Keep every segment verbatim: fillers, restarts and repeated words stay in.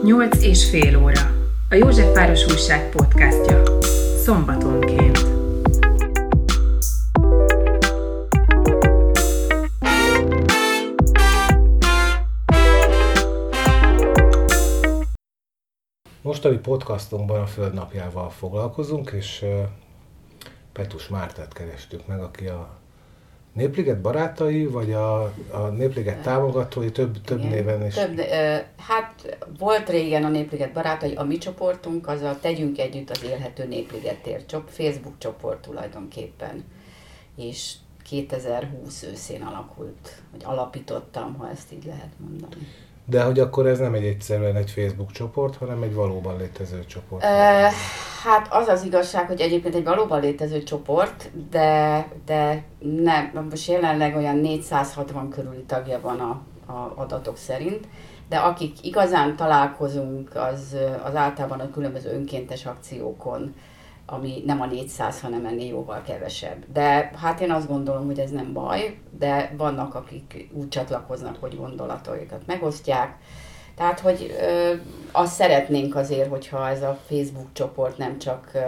Nyolc és fél óra. A Józsefváros Újság podcastja. Szombatonként. Mostani podcastunkban a Föld napjával foglalkozunk, és Petus Mártát kerestük meg, aki a Népliget barátai, vagy a, a Népliget támogatói, több, több Igen, néven is? Több, hát volt régen a Népliget barátai, a mi csoportunk, az a Tegyünk Együtt az Élhető Népligetért Facebook csoport tulajdonképpen. És kétezer-húsz őszén alakult, vagy alapítottam, ha ezt így lehet mondani. De hogy akkor ez nem egy egyszerűen egy Facebook csoport, hanem egy valóban létező csoport? Uh, hát az az igazság, hogy egyébként egy valóban létező csoport, de, de nem, most jelenleg olyan négyszázhatvan körüli tagja van a, a adatok szerint, de akik igazán találkozunk, az, az általában a különböző önkéntes akciókon, ami nem a négyszáz, hanem ennél jóval kevesebb. De hát én azt gondolom, hogy ez nem baj, de vannak, akik úgy csatlakoznak, hogy gondolataikat megosztják. Tehát, hogy ö, azt szeretnénk azért, hogyha ez a Facebook csoport nem csak ö,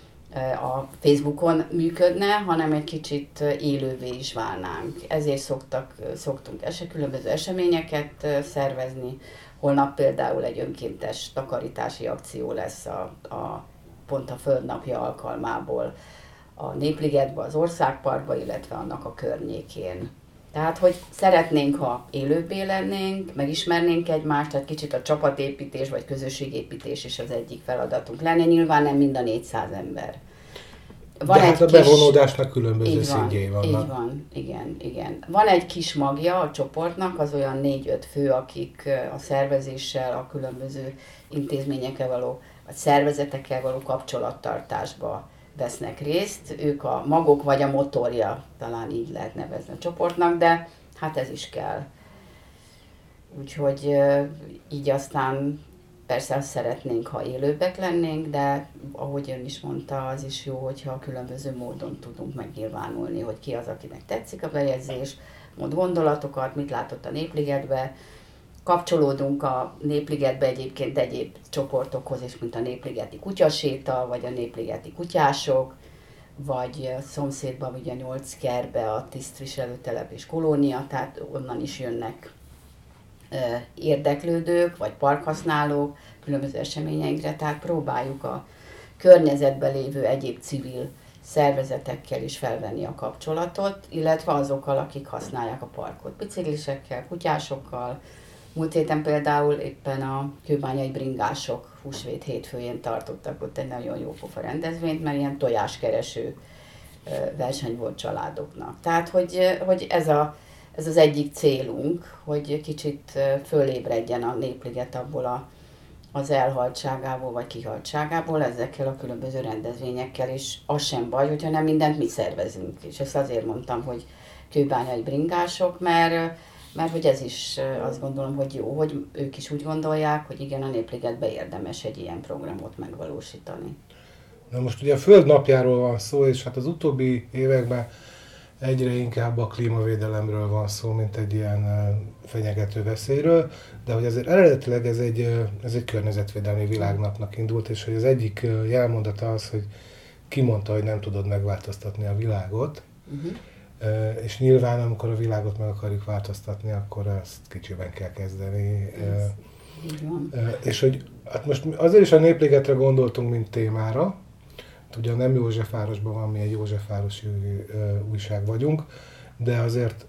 a Facebookon működne, hanem egy kicsit élővé is válnánk. Ezért szoktak, szoktunk ese, különböző eseményeket ö, szervezni. Holnap például egy önkéntes takarítási akció lesz a, a pont a Földnapja alkalmából a Népligetbe, az Országparkba, illetve annak a környékén. Tehát, hogy szeretnénk, ha élőbbé lennénk, megismernénk egymást, tehát kicsit a csapatépítés vagy közösségépítés is az egyik feladatunk lenne. Nyilván nem mind a négyszáz ember. Van De hát a kis... bevonódásnak különböző szintjei van, vannak. Így van, igen, igen. Van egy kis magja a csoportnak, az olyan négy-öt fő, akik a szervezéssel, a különböző intézményekkel való, vagy szervezetekkel való kapcsolattartásba vesznek részt. Ők a magok vagy a motorja, talán így lehet nevezni a csoportnak, de hát ez is kell. Úgyhogy így aztán persze azt szeretnénk, ha élőbbek lennénk, de ahogy ön is mondta, az is jó, hogyha különböző módon tudunk megnyilvánulni, hogy ki az, akinek tetszik a bejegyzés, mond gondolatokat, mit látott a Népligetbe. Kapcsolódunk a Népligetbe egyébként egyéb csoportokhoz is, mint a Népligeti Kutyaséta, vagy a Népligeti Kutyások, vagy a szomszédban ugye a Nyolckerbe a tisztviselőtelep és kolónia, tehát onnan is jönnek e, érdeklődők, vagy parkhasználók különböző eseményeinkre, tehát próbáljuk a környezetben lévő egyéb civil szervezetekkel is felvenni a kapcsolatot, illetve azokkal, akik használják a parkot, biciklisekkel, kutyásokkal. Múlt héten például éppen a kőbányai bringások húsvét hétfőjén tartottak ott egy nagyon jó pofa rendezvényt, mert ilyen tojáskereső verseny volt családoknak. Tehát, hogy, hogy ez, a, ez az egyik célunk, hogy kicsit fölébredjen a Népliget abból a, az elhaltságából vagy kihaltságából ezekkel a különböző rendezvényekkel, és az sem baj, hogyha nem mindent mi szervezünk. És ezt azért mondtam, hogy kőbányai bringások, mert Mert hogy ez is azt gondolom, hogy jó, hogy ők is úgy gondolják, hogy igen, a Népligetben érdemes egy ilyen programot megvalósítani. Na most ugye a Föld napjáról van szó, és hát az utóbbi években egyre inkább a klímavédelemről van szó, mint egy ilyen fenyegető veszélyről, de hogy azért eredetileg ez egy, ez egy környezetvédelmi világnapnak indult, és hogy az egyik jelmondata az, hogy kimondta, hogy nem tudod megváltoztatni a világot, uh-huh. Uh, és nyilván, amikor a világot meg akarjuk változtatni, akkor ezt kicsiben kell kezdeni. Uh, uh, és hogy hát most azért is a Népligetre gondoltunk, mint témára. Ugye nem Józsefvárosban van, mi egy józsefvárosi uh, újság vagyunk, de azért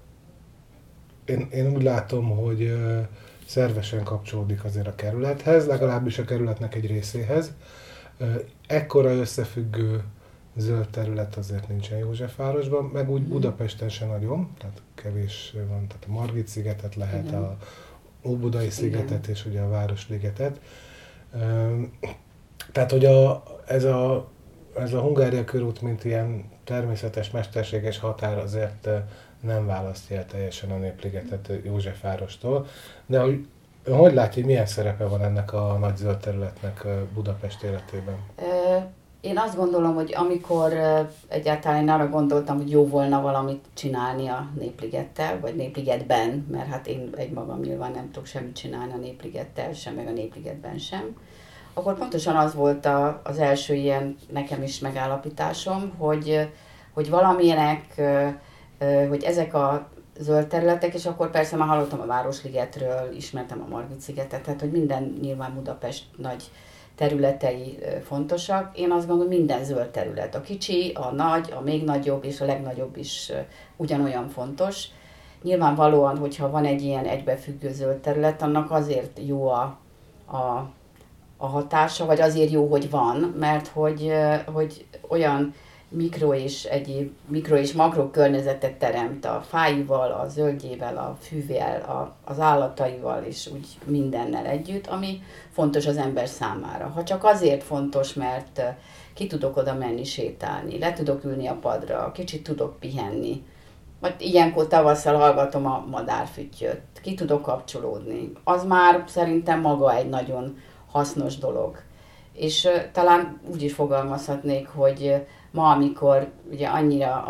én, én úgy látom, hogy uh, szervesen kapcsolódik azért a kerülethez, legalábbis a kerületnek egy részéhez. Uh, ekkora összefüggő zöld terület azért nincsen Józsefvárosban, meg úgy Budapesten sem nagyon, tehát kevés van, tehát a Margit-szigetet lehet, igen. A Óbudai szigetet, igen. És ugye a Városligetet. Tehát, hogy a, ez, a, ez a Hungária körút, mint ilyen természetes, mesterséges határ azért nem választja el teljesen a Népligetet Józsefvárostól, de hogy hogy látja, hogy milyen szerepe van ennek a nagy zöld területnek Budapest életében? Én azt gondolom, hogy amikor egyáltalán én arra gondoltam, hogy jó volna valamit csinálni a Népligettel, vagy Népligetben, mert hát én egymagam nyilván nem tudok semmit csinálni a Népligettel sem, meg a Népligetben sem, akkor pontosan az volt a, az első ilyen nekem is megállapításom, hogy, hogy valamilyenek, hogy ezek a zöld területek, és akkor persze már hallottam a Városligetről, ismertem a Margit-szigetet, tehát hogy minden nyilván Budapest nagy területei fontosak. Én azt gondolom, minden zöld terület, a kicsi, a nagy, a még nagyobb és a legnagyobb is ugyanolyan fontos. Nyilvánvalóan, hogyha van egy ilyen egybefüggő zöld terület, annak azért jó a, a, a hatása, vagy azért jó, hogy van, mert hogy, hogy olyan mikro és egyéb mikro és makro környezetet teremt a fáival, a zöldjével, a fűvel, a, az állataival és úgy mindennel együtt, ami fontos az ember számára. Ha csak azért fontos, mert ki tudok oda menni sétálni, le tudok ülni a padra, kicsit tudok pihenni, vagy ilyenkor tavasszal hallgatom a madárfüttyöt, ki tudok kapcsolódni, az már szerintem maga egy nagyon hasznos dolog. És uh, talán úgy is fogalmazhatnék, hogy uh, ma, amikor ugye annyira,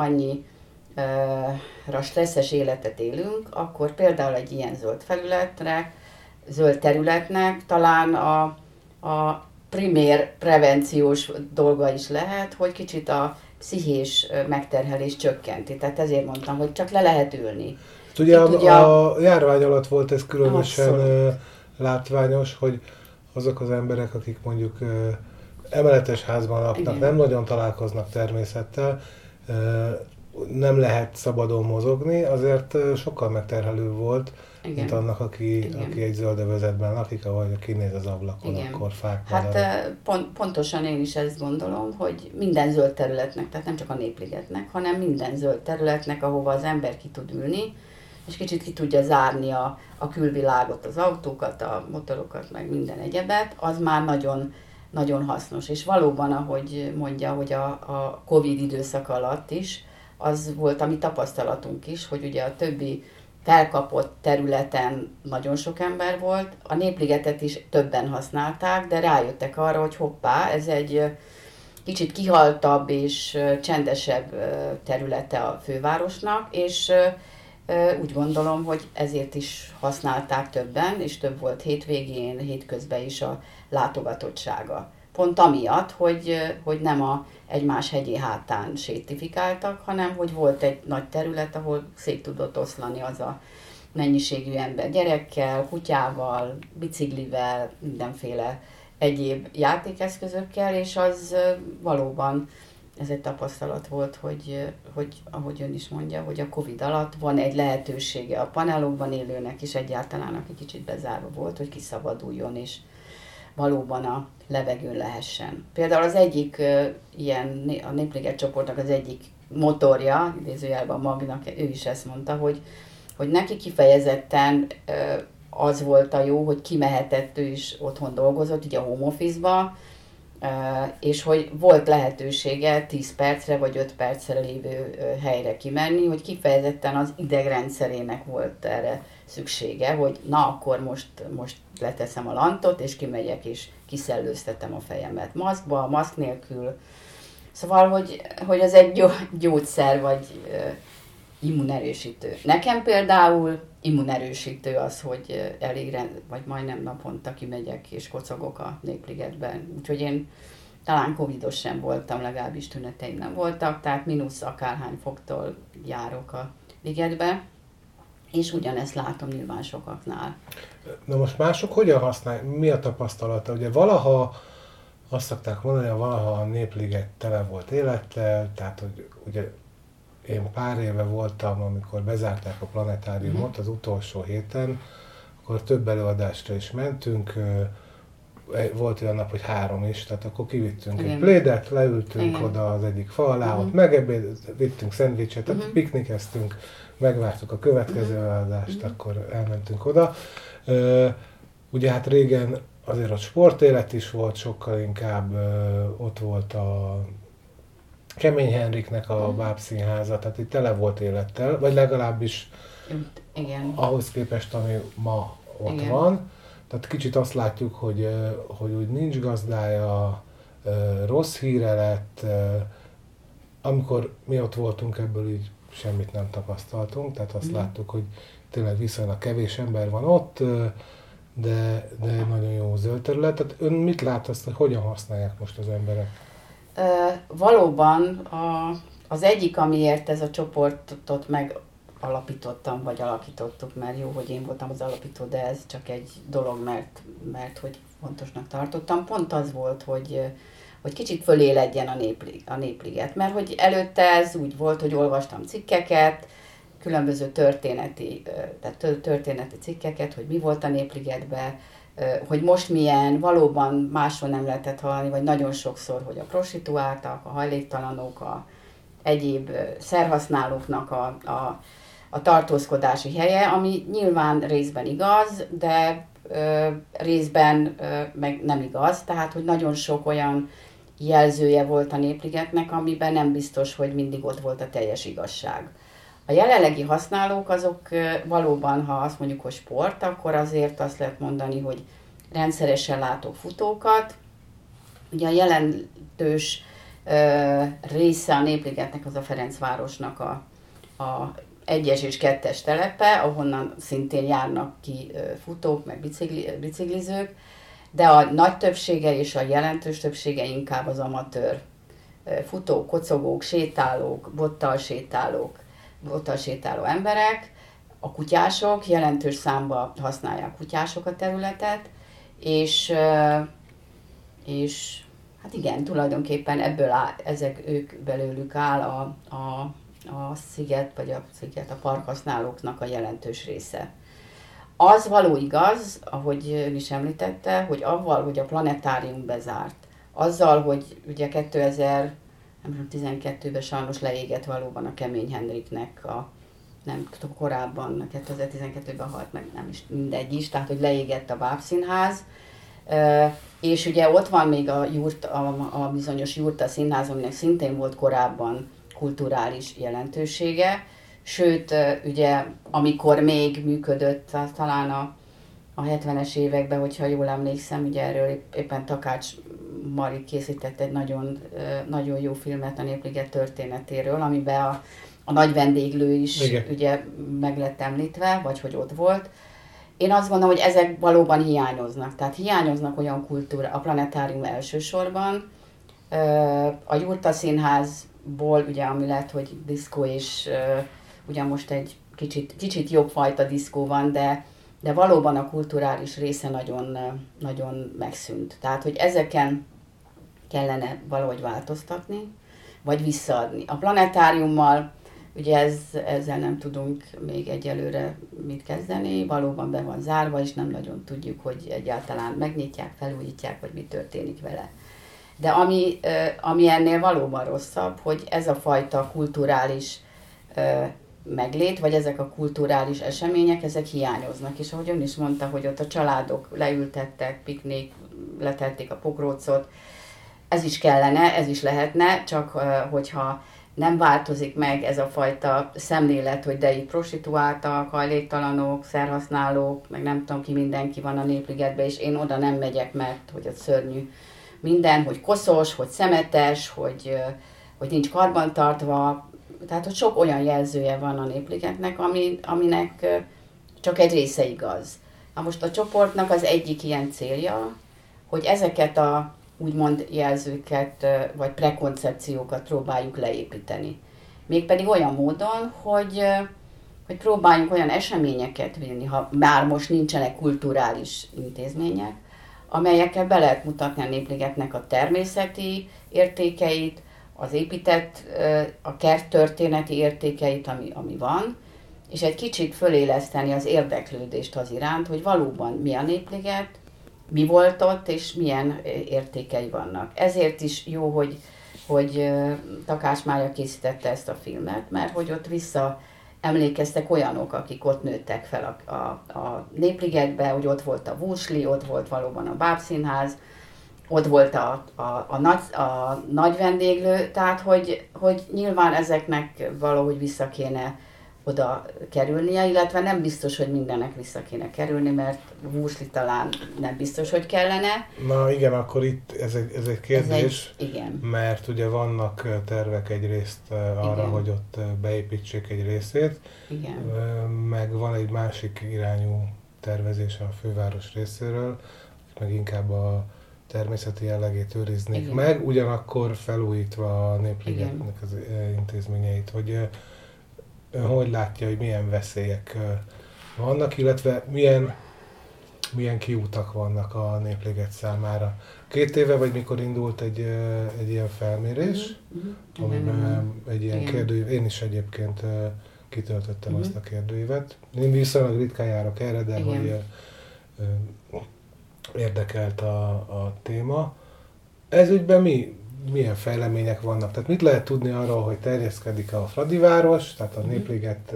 annyira stresszes életet élünk, akkor például egy ilyen zöld felületre, zöld területnek talán a, a primér prevenciós dolga is lehet, hogy kicsit a pszichés megterhelés csökkenti. Tehát ezért mondtam, hogy csak le lehet ülni. Ugye a, tudja... a járvány alatt volt ez különösen Abszolút. látványos, hogy azok az emberek, akik mondjuk emeletes házban laknak, Igen. nem nagyon találkoznak természettel, nem lehet szabadon mozogni, azért sokkal megterhelő volt, Igen. mint annak, aki, aki egy zöld övezetben lakik, ahogy kinéz az ablakon, Igen. akkor fák. Hát pont, pontosan én is ezt gondolom, hogy minden zöld területnek, tehát nem csak a Népligetnek, hanem minden zöld területnek, ahova az ember ki tud ülni, és kicsit ki tudja zárni a, a külvilágot, az autókat, a motorokat, meg minden egyebet, az már nagyon, nagyon hasznos. És valóban, ahogy mondja, hogy a, a Covid időszak alatt is, az volt a mi tapasztalatunk is, hogy ugye a többi felkapott területen nagyon sok ember volt, a Népligetet is többen használták, de rájöttek arra, hogy hoppá, ez egy kicsit kihaltabb és csendesebb területe a fővárosnak, és úgy gondolom, hogy ezért is használták többen, és több volt hétvégén, hétközben is a látogatottsága. Pont amiatt, hogy, hogy nem a egymás hegyi hátán sétifikáltak, hanem hogy volt egy nagy terület, ahol szét tudott oszlani az a mennyiségű ember gyerekkel, kutyával, biciklivel, mindenféle egyéb játékeszközökkel, és az valóban ez egy tapasztalat volt, hogy, hogy ahogy ön is mondja, hogy a Covid alatt van egy lehetősége a panelokban élőnek is egyáltalán, aki kicsit bezárva volt, hogy kiszabaduljon, és valóban a levegőn lehessen. Például az egyik uh, ilyen, a Népliget csoportnak az egyik motorja, idézőjelben a Magnak, ő is ezt mondta, hogy, hogy neki kifejezetten uh, az volt a jó, hogy kimehetett, ő is otthon dolgozott, ugye a home office-ba, uh, és hogy volt lehetősége tíz percre vagy öt percre lévő uh, helyre kimenni, hogy kifejezetten az idegrendszerének volt erre szüksége, hogy na akkor most, most leteszem a lantot, és kimegyek, és kiszellőztetem a fejemet maszkba, maszk nélkül. Szóval, hogy, hogy ez egy gyógyszer, vagy uh, immunerősítő. Nekem például immunerősítő az, hogy elég, rend, vagy majdnem naponta kimegyek, és kocogok a Népligetben. Úgyhogy én talán covidos sem voltam, legalábbis tüneteim nem voltak, tehát mínusz akárhány foktól járok a ligetbe. És ugyanezt látom nyilván sokaknál. Na most mások hogyan használják? Mi a tapasztalata? Ugye valaha azt szokták mondani, hogy valaha a Népliget tele volt élettel, tehát hogy ugye én pár éve voltam, amikor bezárták a planetáriumot mm-hmm. az utolsó héten, akkor több előadásra is mentünk, volt olyan nap, hogy három is, tehát akkor kivittünk Igen. egy plédet, leültünk Igen. oda az egyik fa alá, mm-hmm. ott megebéd, vittünk szendvicset, tehát mm-hmm. piknikeztünk, megvártuk a következő uh-huh. előadást, uh-huh. akkor elmentünk oda. Uh, ugye hát régen azért ott sportélet is volt, sokkal inkább uh, ott volt a Kemény Henriknek a uh-huh. bábszínháza, tehát itt tele volt élettel, vagy legalábbis Igen. ahhoz képest, ami ma ott Igen. van. Tehát kicsit azt látjuk, hogy, hogy úgy nincs gazdája, rossz híre lett, amikor mi ott voltunk, ebből így semmit nem tapasztaltunk, tehát azt mm. láttuk, hogy tényleg viszonylag kevés ember van ott, de, de nagyon jó zöld terület. Tehát ön mit lát azt, hogy hogyan használják most az emberek? Ö, valóban a, az egyik, amiért ez a csoportot megalapítottam, vagy alakítottuk, mert jó, hogy én voltam az alapító, de ez csak egy dolog, mert, mert hogy fontosnak tartottam. Pont az volt, hogy, hogy kicsit föléledjen a, néplig, a népliget, mert hogy előtte ez úgy volt, hogy olvastam cikkeket, különböző történeti, tehát történeti cikkeket, hogy mi volt a Népligetben, hogy most milyen, valóban máshol nem lehetett hallani, vagy nagyon sokszor, hogy a prostituáltak, a hajléktalanok, a egyéb szerhasználóknak a, a, a tartózkodási helye, ami nyilván részben igaz, de ö, részben ö, meg nem igaz, tehát hogy nagyon sok olyan jelzője volt a Népligetnek, amiben nem biztos, hogy mindig ott volt a teljes igazság. A jelenlegi használók azok valóban, ha azt mondjuk, hogy sport, akkor azért azt lehet mondani, hogy rendszeresen látok futókat. Ugye a jelentős ö, része a Népligetnek az a Ferencvárosnak a, a egyes és kettes telepe, ahonnan szintén járnak ki ö, futók, meg bicikli, biciklizők, de a nagy többsége és a jelentős többsége inkább az amatőr ö, futók, kocogók, sétálók, bottal sétálók, bottal sétáló emberek, a kutyások, jelentős számban használják kutyások a területet, és, és hát igen, tulajdonképpen ebből áll, ezek ők belőlük áll a, a, a sziget, vagy a sziget, a parkhasználóknak a jelentős része. Az való igaz, ahogy ön is említette, hogy avval, hogy a planetárium bezárt, azzal, hogy ugye kétezer-tizenkettőben sajnos leégett valóban a Kemény Henriknek a, nem tudom, korábban, kétezer-tizenkettőben halt meg, nem is mindegy is, tehát hogy leégett a Bábszínház, és ugye ott van még a, jurt, a, a bizonyos Jurta Színház, aminek szintén volt korábban kulturális jelentősége, sőt, ugye amikor még működött, talán a, a hetvenes években, hogyha jól emlékszem, ugye erről éppen Takács Mari készített egy nagyon, nagyon jó filmet a Népliget történetéről, amiben a, a nagy vendéglő is igen, ugye meg lett említve, vagy hogy ott volt. Én azt gondolom, hogy ezek valóban hiányoznak. Tehát hiányoznak olyan kultúra, a planetárium elsősorban. A Jurta Színházból, ugye, ami lett, hogy diszkó, és ugye most egy kicsit, kicsit jobb fajta diszkó van, de, de valóban a kulturális része nagyon, nagyon megszűnt. Tehát, hogy ezeken kellene valahogy változtatni, vagy visszaadni. A planetáriummal ugye ez, ezzel nem tudunk még egyelőre mit kezdeni, valóban be van zárva, és nem nagyon tudjuk, hogy egyáltalán megnyitják, felújítják, vagy mi történik vele. De ami, ami ennél valóban rosszabb, hogy ez a fajta kulturális meglét, vagy ezek a kulturális események, ezek hiányoznak. És ahogy ön is mondta, hogy ott a családok leültettek, piknik, letették a pokrócot, ez is kellene, ez is lehetne, csak hogyha nem változik meg ez a fajta szemlélet, hogy de itt prostituáltak, hajléktalanok, szerhasználók, meg nem tudom ki, mindenki van a Népligetben, és én oda nem megyek, mert hogy ott szörnyű minden, hogy koszos, hogy szemetes, hogy, hogy nincs karbantartva. Tehát, hogy sok olyan jelzője van a Népligetnek, ami, aminek csak egy része igaz. Na most a csoportnak az egyik ilyen célja, hogy ezeket a úgymond jelzőket, vagy prekoncepciókat próbáljuk leépíteni. Mégpedig olyan módon, hogy, hogy próbáljunk olyan eseményeket vinni, ha már most nincsenek kulturális intézmények, amelyekkel be lehet mutatni a Népligetnek a természeti értékeit, az épített, a kert történeti értékeit, ami, ami van, és egy kicsit föléleszteni az érdeklődést az iránt, hogy valóban mi a Népliget, mi volt ott, és milyen értékei vannak. Ezért is jó, hogy, hogy Takács Mária készítette ezt a filmet, mert hogy ott vissza emlékeztek olyanok, akik ott nőttek fel a, a, a Népligetbe, hogy ott volt a Vúsli, ott volt valóban a Bábszínház, ott volt a, a, a, nagy, a nagy vendéglő, tehát hogy, hogy nyilván ezeknek valahogy vissza kéne, oda kerülnie, illetve nem biztos, hogy mindennek vissza kéne kerülni, mert Vúsli talán nem biztos, hogy kellene. Na igen, akkor itt ez egy, ez egy kérdés, ez egy, igen. mert ugye vannak tervek egyrészt arra, igen. hogy ott beépítsék egy részét, igen. meg van egy másik irányú tervezés a főváros részéről, meg inkább a természeti jellegét őriznék igen. meg, ugyanakkor felújítva a Népligetnek az intézményeit, hogy hogy látja, hogy milyen veszélyek vannak, illetve milyen, milyen kiútak vannak a Népliget számára. Két éve, vagy mikor indult egy, egy ilyen felmérés, uh-huh. amiben egy ilyen kérdőív, én is egyébként kitöltöttem uh-huh. azt a kérdőívet. Én viszonylag ritkán járok erre, de igen. hogy érdekelt a, a téma. Ez ügyben mi, milyen fejlemények vannak? Tehát mit lehet tudni arról, hogy terjeszkedik a Fradiváros, tehát a Népliget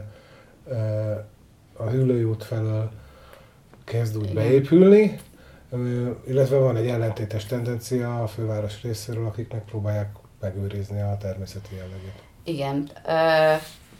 a Hüllői út felől kezd úgy igen. beépülni, illetve van egy ellentétes tendencia a főváros részéről, akik megpróbálják megőrizni a természeti jellegét. Igen. Uh...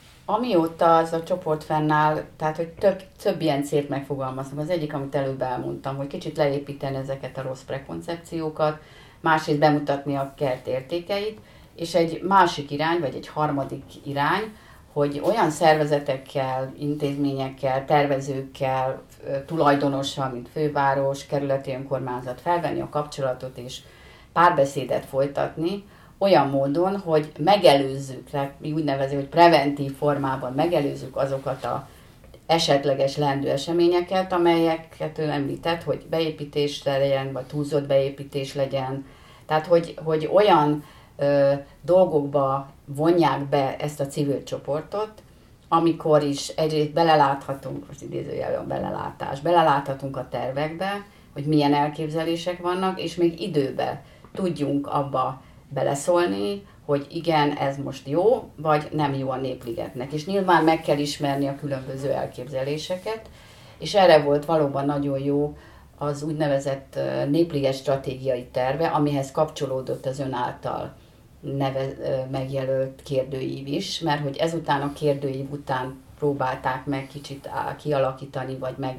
Amióta az a csoport fennáll, tehát hogy több, több ilyen célt megfogalmaztam. Az egyik, amit előbb elmondtam, hogy kicsit leépíteni ezeket a rossz prekoncepciókat, másrészt bemutatni a kert értékeit, és egy másik irány, vagy egy harmadik irány, hogy olyan szervezetekkel, intézményekkel, tervezőkkel, tulajdonossal, mint főváros, kerületi önkormányzat felvenni a kapcsolatot és párbeszédet folytatni, olyan módon, hogy megelőzzük, mi úgy nevezzük, hogy preventív formában megelőzzük azokat az esetleges leendő eseményeket, amelyeket ő említett, hogy beépítés legyen, vagy túlzott beépítés legyen. Tehát, hogy, hogy olyan ö, dolgokba vonják be ezt a civil csoportot, amikor is egyrészt beleláthatunk, most idézőjelben belelátás, beleláthatunk a tervekbe, hogy milyen elképzelések vannak, és még időben tudjunk abba beleszólni, hogy igen, ez most jó, vagy nem jó a Népligetnek. És nyilván meg kell ismerni a különböző elképzeléseket, és erre volt valóban nagyon jó az úgynevezett Népliget stratégiai terve, amihez kapcsolódott az ön által neve, megjelölt kérdőív is, mert hogy ezután a kérdőív után próbálták meg kicsit kialakítani, vagy meg,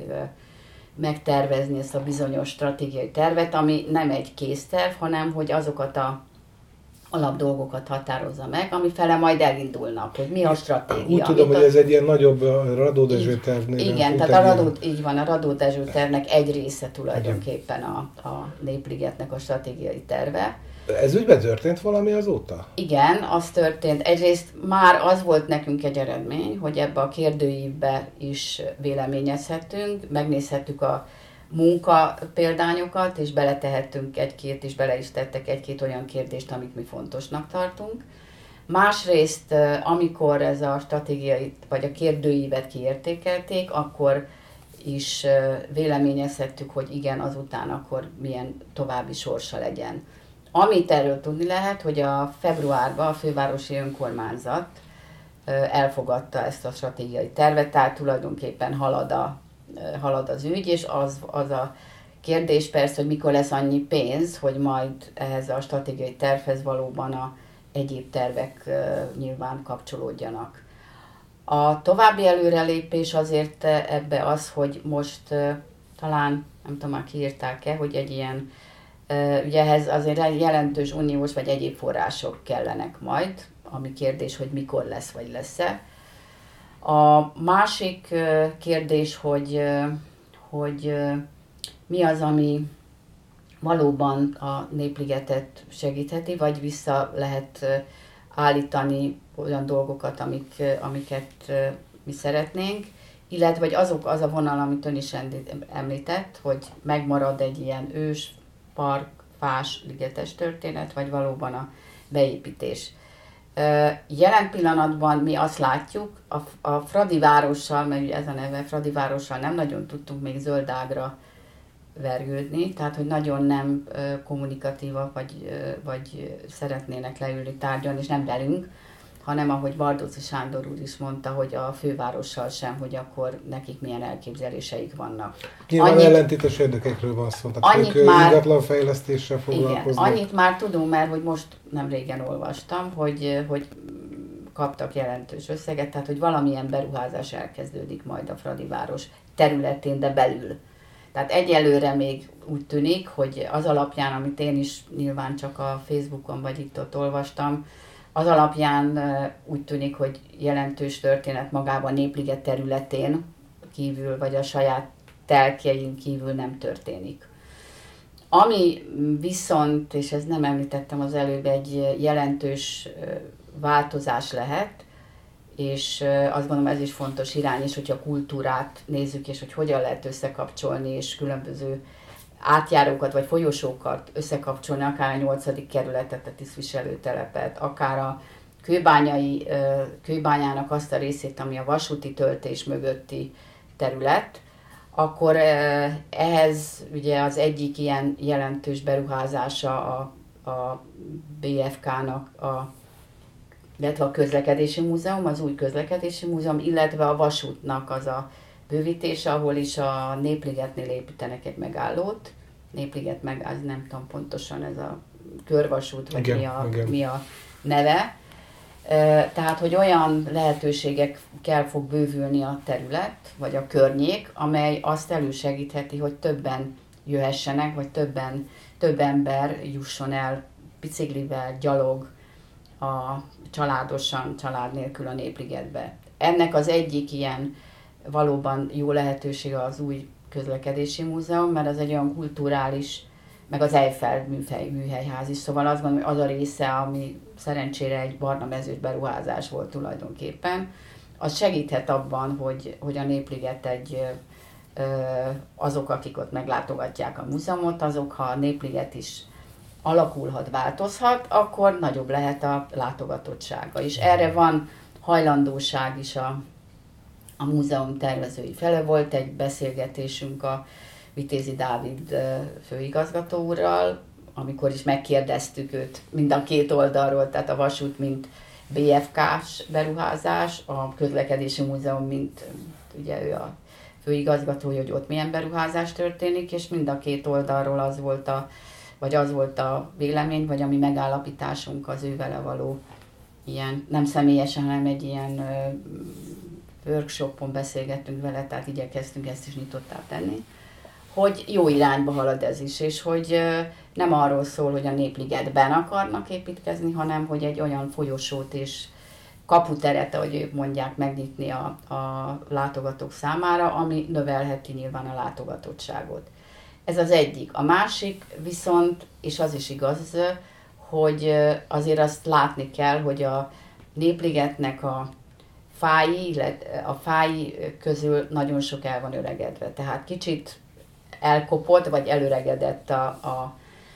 megtervezni ezt a bizonyos stratégiai tervet, ami nem egy készterv, hanem hogy azokat a alapdolgokat határozza meg, ami fele majd elindulnak, hogy mi a stratégia. Úgy tudom, hogy ez egy ilyen nagyobb Radó Dezső tervnél. Igen, tehát a Radó, így van, a Radó Dezső tervnek egy része tulajdonképpen a, a Népligetnek a stratégiai terve. Ez ügyben történt valami azóta? Igen, az történt. Egyrészt már az volt nekünk egy eredmény, hogy ebbe a kérdőívbe is véleményezhetünk, megnézhettük a munka példányokat, és beletehettünk egy-két, és bele is tettek egy-két olyan kérdést, amit mi fontosnak tartunk. Másrészt, amikor ez a stratégiai, vagy a kérdőívet kiértékelték, akkor is véleményezhettük, hogy igen, azután akkor milyen további sorsa legyen. Amit erről tudni lehet, hogy a februárban a fővárosi önkormányzat elfogadta ezt a stratégiai tervet, tehát tulajdonképpen halad a halad az ügy, és az, az a kérdés persze, hogy mikor lesz annyi pénz, hogy majd ehhez a stratégiai tervhez valóban a egyéb tervek uh, nyilván kapcsolódjanak. A további előrelépés azért ebbe az, hogy most uh, talán, nem tudom már kiírták-e, hogy egy ilyen, uh, ugye ehhez azért jelentős uniós vagy egyéb források kellenek majd, ami kérdés, hogy mikor lesz vagy lesz-e. A másik kérdés, hogy, hogy mi az, ami valóban a Népligetet segítheti, vagy vissza lehet állítani olyan dolgokat, amik, amiket mi szeretnénk, illetve vagy azok, az a vonal, amit ön is említett, hogy megmarad egy ilyen ős, park, fás, ligetes történet, vagy valóban a beépítés. Jelen pillanatban mi azt látjuk, a, a Fradivárossal, mert ez a neve, Fradivárossal nem nagyon tudtunk még zöldágra vergődni, tehát hogy nagyon nem kommunikatívak, vagy, vagy szeretnének leülni tárgyalni, és nem velünk, hanem ahogy Bardóczy Sándor úr is mondta, hogy a fővárossal sem, hogy akkor nekik milyen elképzeléseik vannak. Nyilván annyit, ellentétes érdekekről van szó, tehát ők már, ingatlan fejlesztéssel foglalkoznak. Igen, annyit már tudunk, mert hogy most nem régen olvastam, hogy, hogy kaptak jelentős összeget, tehát hogy valamilyen beruházás elkezdődik majd a Fradiváros területén, de belül. Tehát egyelőre még úgy tűnik, hogy az alapján, amit én is nyilván csak a Facebookon vagy itt-ott olvastam, az alapján úgy tűnik, hogy jelentős történet magában Népliget területén kívül, vagy a saját telkjein kívül nem történik. Ami viszont, és ezt nem említettem az előbb, egy jelentős változás lehet, és azt gondolom ez is fontos irány is, hogyha a kultúrát nézzük, és hogy hogyan lehet összekapcsolni, és különböző átjárókat vagy folyosókat összekapcsolni, akár a nyolcadik kerületet, a tisztviselőtelepet, akár a kőbányai, kőbányának azt a részét, ami a vasúti töltés mögötti terület, akkor ehhez ugye az egyik ilyen jelentős beruházása a, a bé ef ká-nak, a, illetve a közlekedési múzeum, az új közlekedési múzeum, illetve a vasútnak az a bővítése, ahol is a Népligetnél építenek egy megállót. Népliget meg, az nem tudom pontosan ez a körvasút, vagy igen, mi, a, mi a neve. Tehát, hogy olyan lehetőségekkel fog bővülni a terület, vagy a környék, amely azt elősegítheti, hogy többen jöhessenek, vagy többen, több ember jusson el biciklivel, gyalog, a családosan, család nélkül a Népligetbe. Ennek az egyik ilyen valóban jó lehetősége az új közlekedési múzeum, mert az egy olyan kulturális, meg az Eiffel műhely, műhelyház is, szóval azt gondolom, hogy az a része, ami szerencsére egy barna mezős beruházás volt tulajdonképpen, az segíthet abban, hogy, hogy a Népliget egy, azok, akik ott meglátogatják a múzeumot, azok, ha a Népliget is alakulhat, változhat, akkor nagyobb lehet a látogatottsága. És erre van hajlandóság is a, a múzeum tervezői fele. Volt egy beszélgetésünk a Vitézi Dávid főigazgató úrral, amikor is megkérdeztük őt mind a két oldalról, tehát a vasút, mint bé ef ká-s beruházás, a közlekedési múzeum, mint ugye ő a főigazgatója, hogy ott milyen beruházás történik, és mind a két oldalról az volt a, vagy az volt a vélemény, vagy a mi megállapításunk az ő vele való ilyen, nem személyesen, hanem egy ilyen ö, workshopon beszélgettünk vele, tehát igyekeztünk ezt is nyitottá tenni, hogy jó irányba halad ez is, és hogy nem arról szól, hogy a Népligetben akarnak építkezni, hanem hogy egy olyan folyosót és kaputeret, ahogy ők mondják, megnyitni a, a látogatók számára, ami növelheti nyilván a látogatottságot. Ez az egyik. A másik viszont, és az is igaz, hogy azért azt látni kell, hogy a Népligetnek a fái, illetve a fái közül nagyon sok el van öregedve. Tehát kicsit elkopott, vagy előregedett a, a,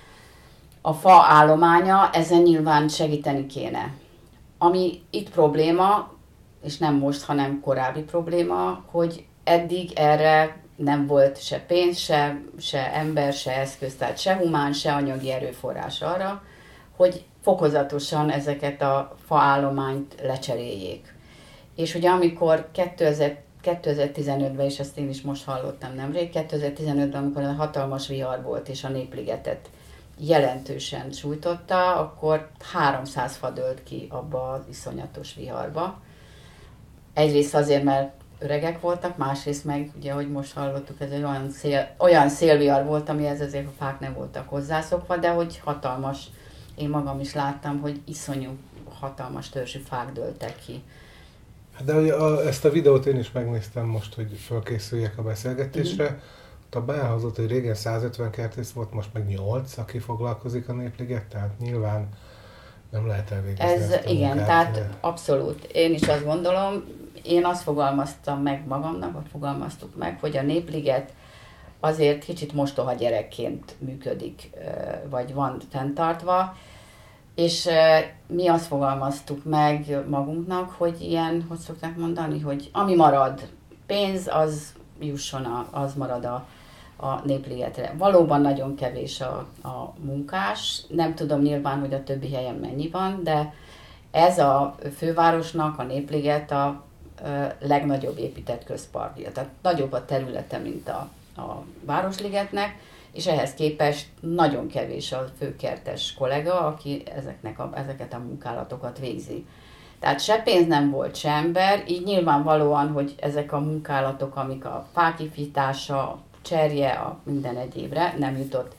a fa állománya, ezen nyilván segíteni kéne. Ami itt probléma, és nem most, hanem korábbi probléma, hogy eddig erre nem volt se pénz, se, se ember, se eszköz, tehát se humán, se anyagi erőforrás arra, hogy fokozatosan ezeket a faállományt lecseréljék. És ugye amikor kétezer-tizenötben, és ezt én is most hallottam nemrég, kétezer-tizenötben, amikor a hatalmas vihar volt, és a Népligetet jelentősen sújtotta, akkor háromszáz fa dőlt ki abba az iszonyatos viharba. Egyrészt azért, mert öregek voltak, másrészt meg, ugye, ahogy most hallottuk, ez egy olyan, szél, olyan szélvihar volt, amihez azért a fák nem voltak hozzászokva, de hogy hatalmas, én magam is láttam, hogy iszonyú hatalmas törzsű fák dőltek ki. De ugye a, ezt a videót én is megnéztem most, hogy felkészüljek a beszélgetésre. Mm-hmm. A beelhozott, hogy régen százötven kertész volt, most meg nyolc, aki foglalkozik a Népliget, tehát nyilván nem lehet elvégezni Ez ezt a igen, munkát. tehát abszolút. Én is azt gondolom, én azt fogalmaztam meg magamnak, vagy fogalmaztuk meg, hogy a Népliget azért kicsit mostoha gyerekként működik, vagy van fenntartva, és mi azt fogalmaztuk meg magunknak, hogy ilyen, hogy szokták mondani, hogy ami marad, pénz, az jusson, a, az marad a, a Népligetre. Valóban nagyon kevés a, a munkás, nem tudom nyilván, hogy a többi helyen mennyi van, de ez a fővárosnak, a Népliget a, a legnagyobb épített közparkja. Tehát nagyobb a területe, mint a, a Városligetnek, és ehhez képest nagyon kevés a főkertes kollega, aki ezeknek a, ezeket a munkálatokat végzi. Tehát se pénz nem volt, se ember, így nyilvánvalóan, hogy ezek a munkálatok, amik a fákifítása, cserje, a minden egyébre nem jutott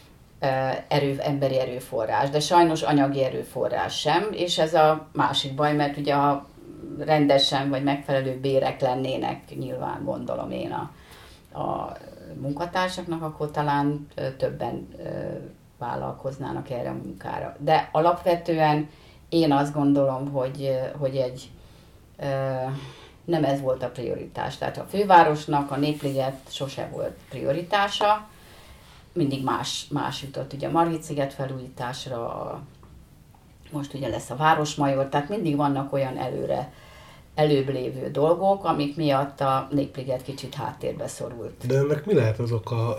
erő, emberi erőforrás, de sajnos anyagi erőforrás sem, és ez a másik baj, mert ugye ha rendesen vagy megfelelő bérek lennének, nyilván gondolom én a, a munkatársaknak, akkor talán többen vállalkoznának erre a munkára. De alapvetően én azt gondolom, hogy, hogy egy, nem ez volt a prioritás. Tehát a fővárosnak a Népliget sose volt prioritása, mindig más, más jutott. Ugye a Margit-sziget felújításra, most ugye lesz a Városmajor, tehát mindig vannak olyan előre, előbb lévő dolgok, amik miatt a Népliget kicsit háttérbe szorult. De ennek mi lehet az oka?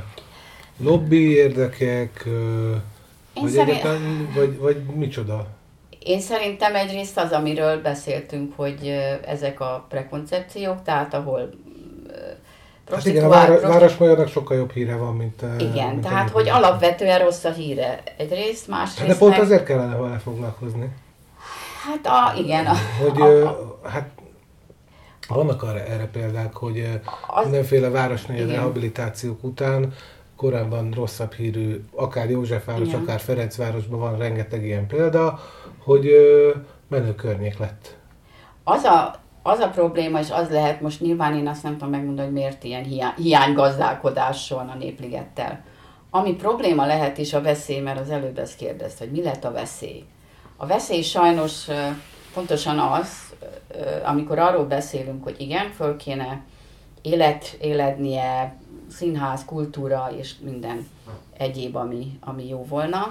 Lobby érdekek, vagy, szerint... egyetem, vagy, vagy micsoda? Én szerintem egyrészt az, amiről beszéltünk, hogy ezek a prekoncepciók, tehát ahol hát igen, a város, Városmajornak sokkal jobb híre van, mint... Igen, mint tehát hogy alapvetően rossz a híre egyrészt, másrészt... De pont meg... azért kellene vele foglalkozni. Hát a, igen. A, hogy a, a, hát vannak arra, erre példák, hogy az, mindenféle városnegyed rehabilitációk után korábban rosszabb hírű, akár Józsefváros, igen. akár Ferencvárosban van rengeteg ilyen példa, hogy menő környék lett. Az a, az a probléma, és az lehet, most nyilván én azt nem tudom megmondani, hogy miért ilyen hiány, hiánygazdálkodás van a Népligettel. Ami probléma lehet is a veszély, mert az előbb ezt kérdezte, hogy mi lett a veszély. A veszély sajnos pontosan az, amikor arról beszélünk, hogy igen, föl kéne élet, élednie, színház, kultúra és minden egyéb, ami, ami jó volna,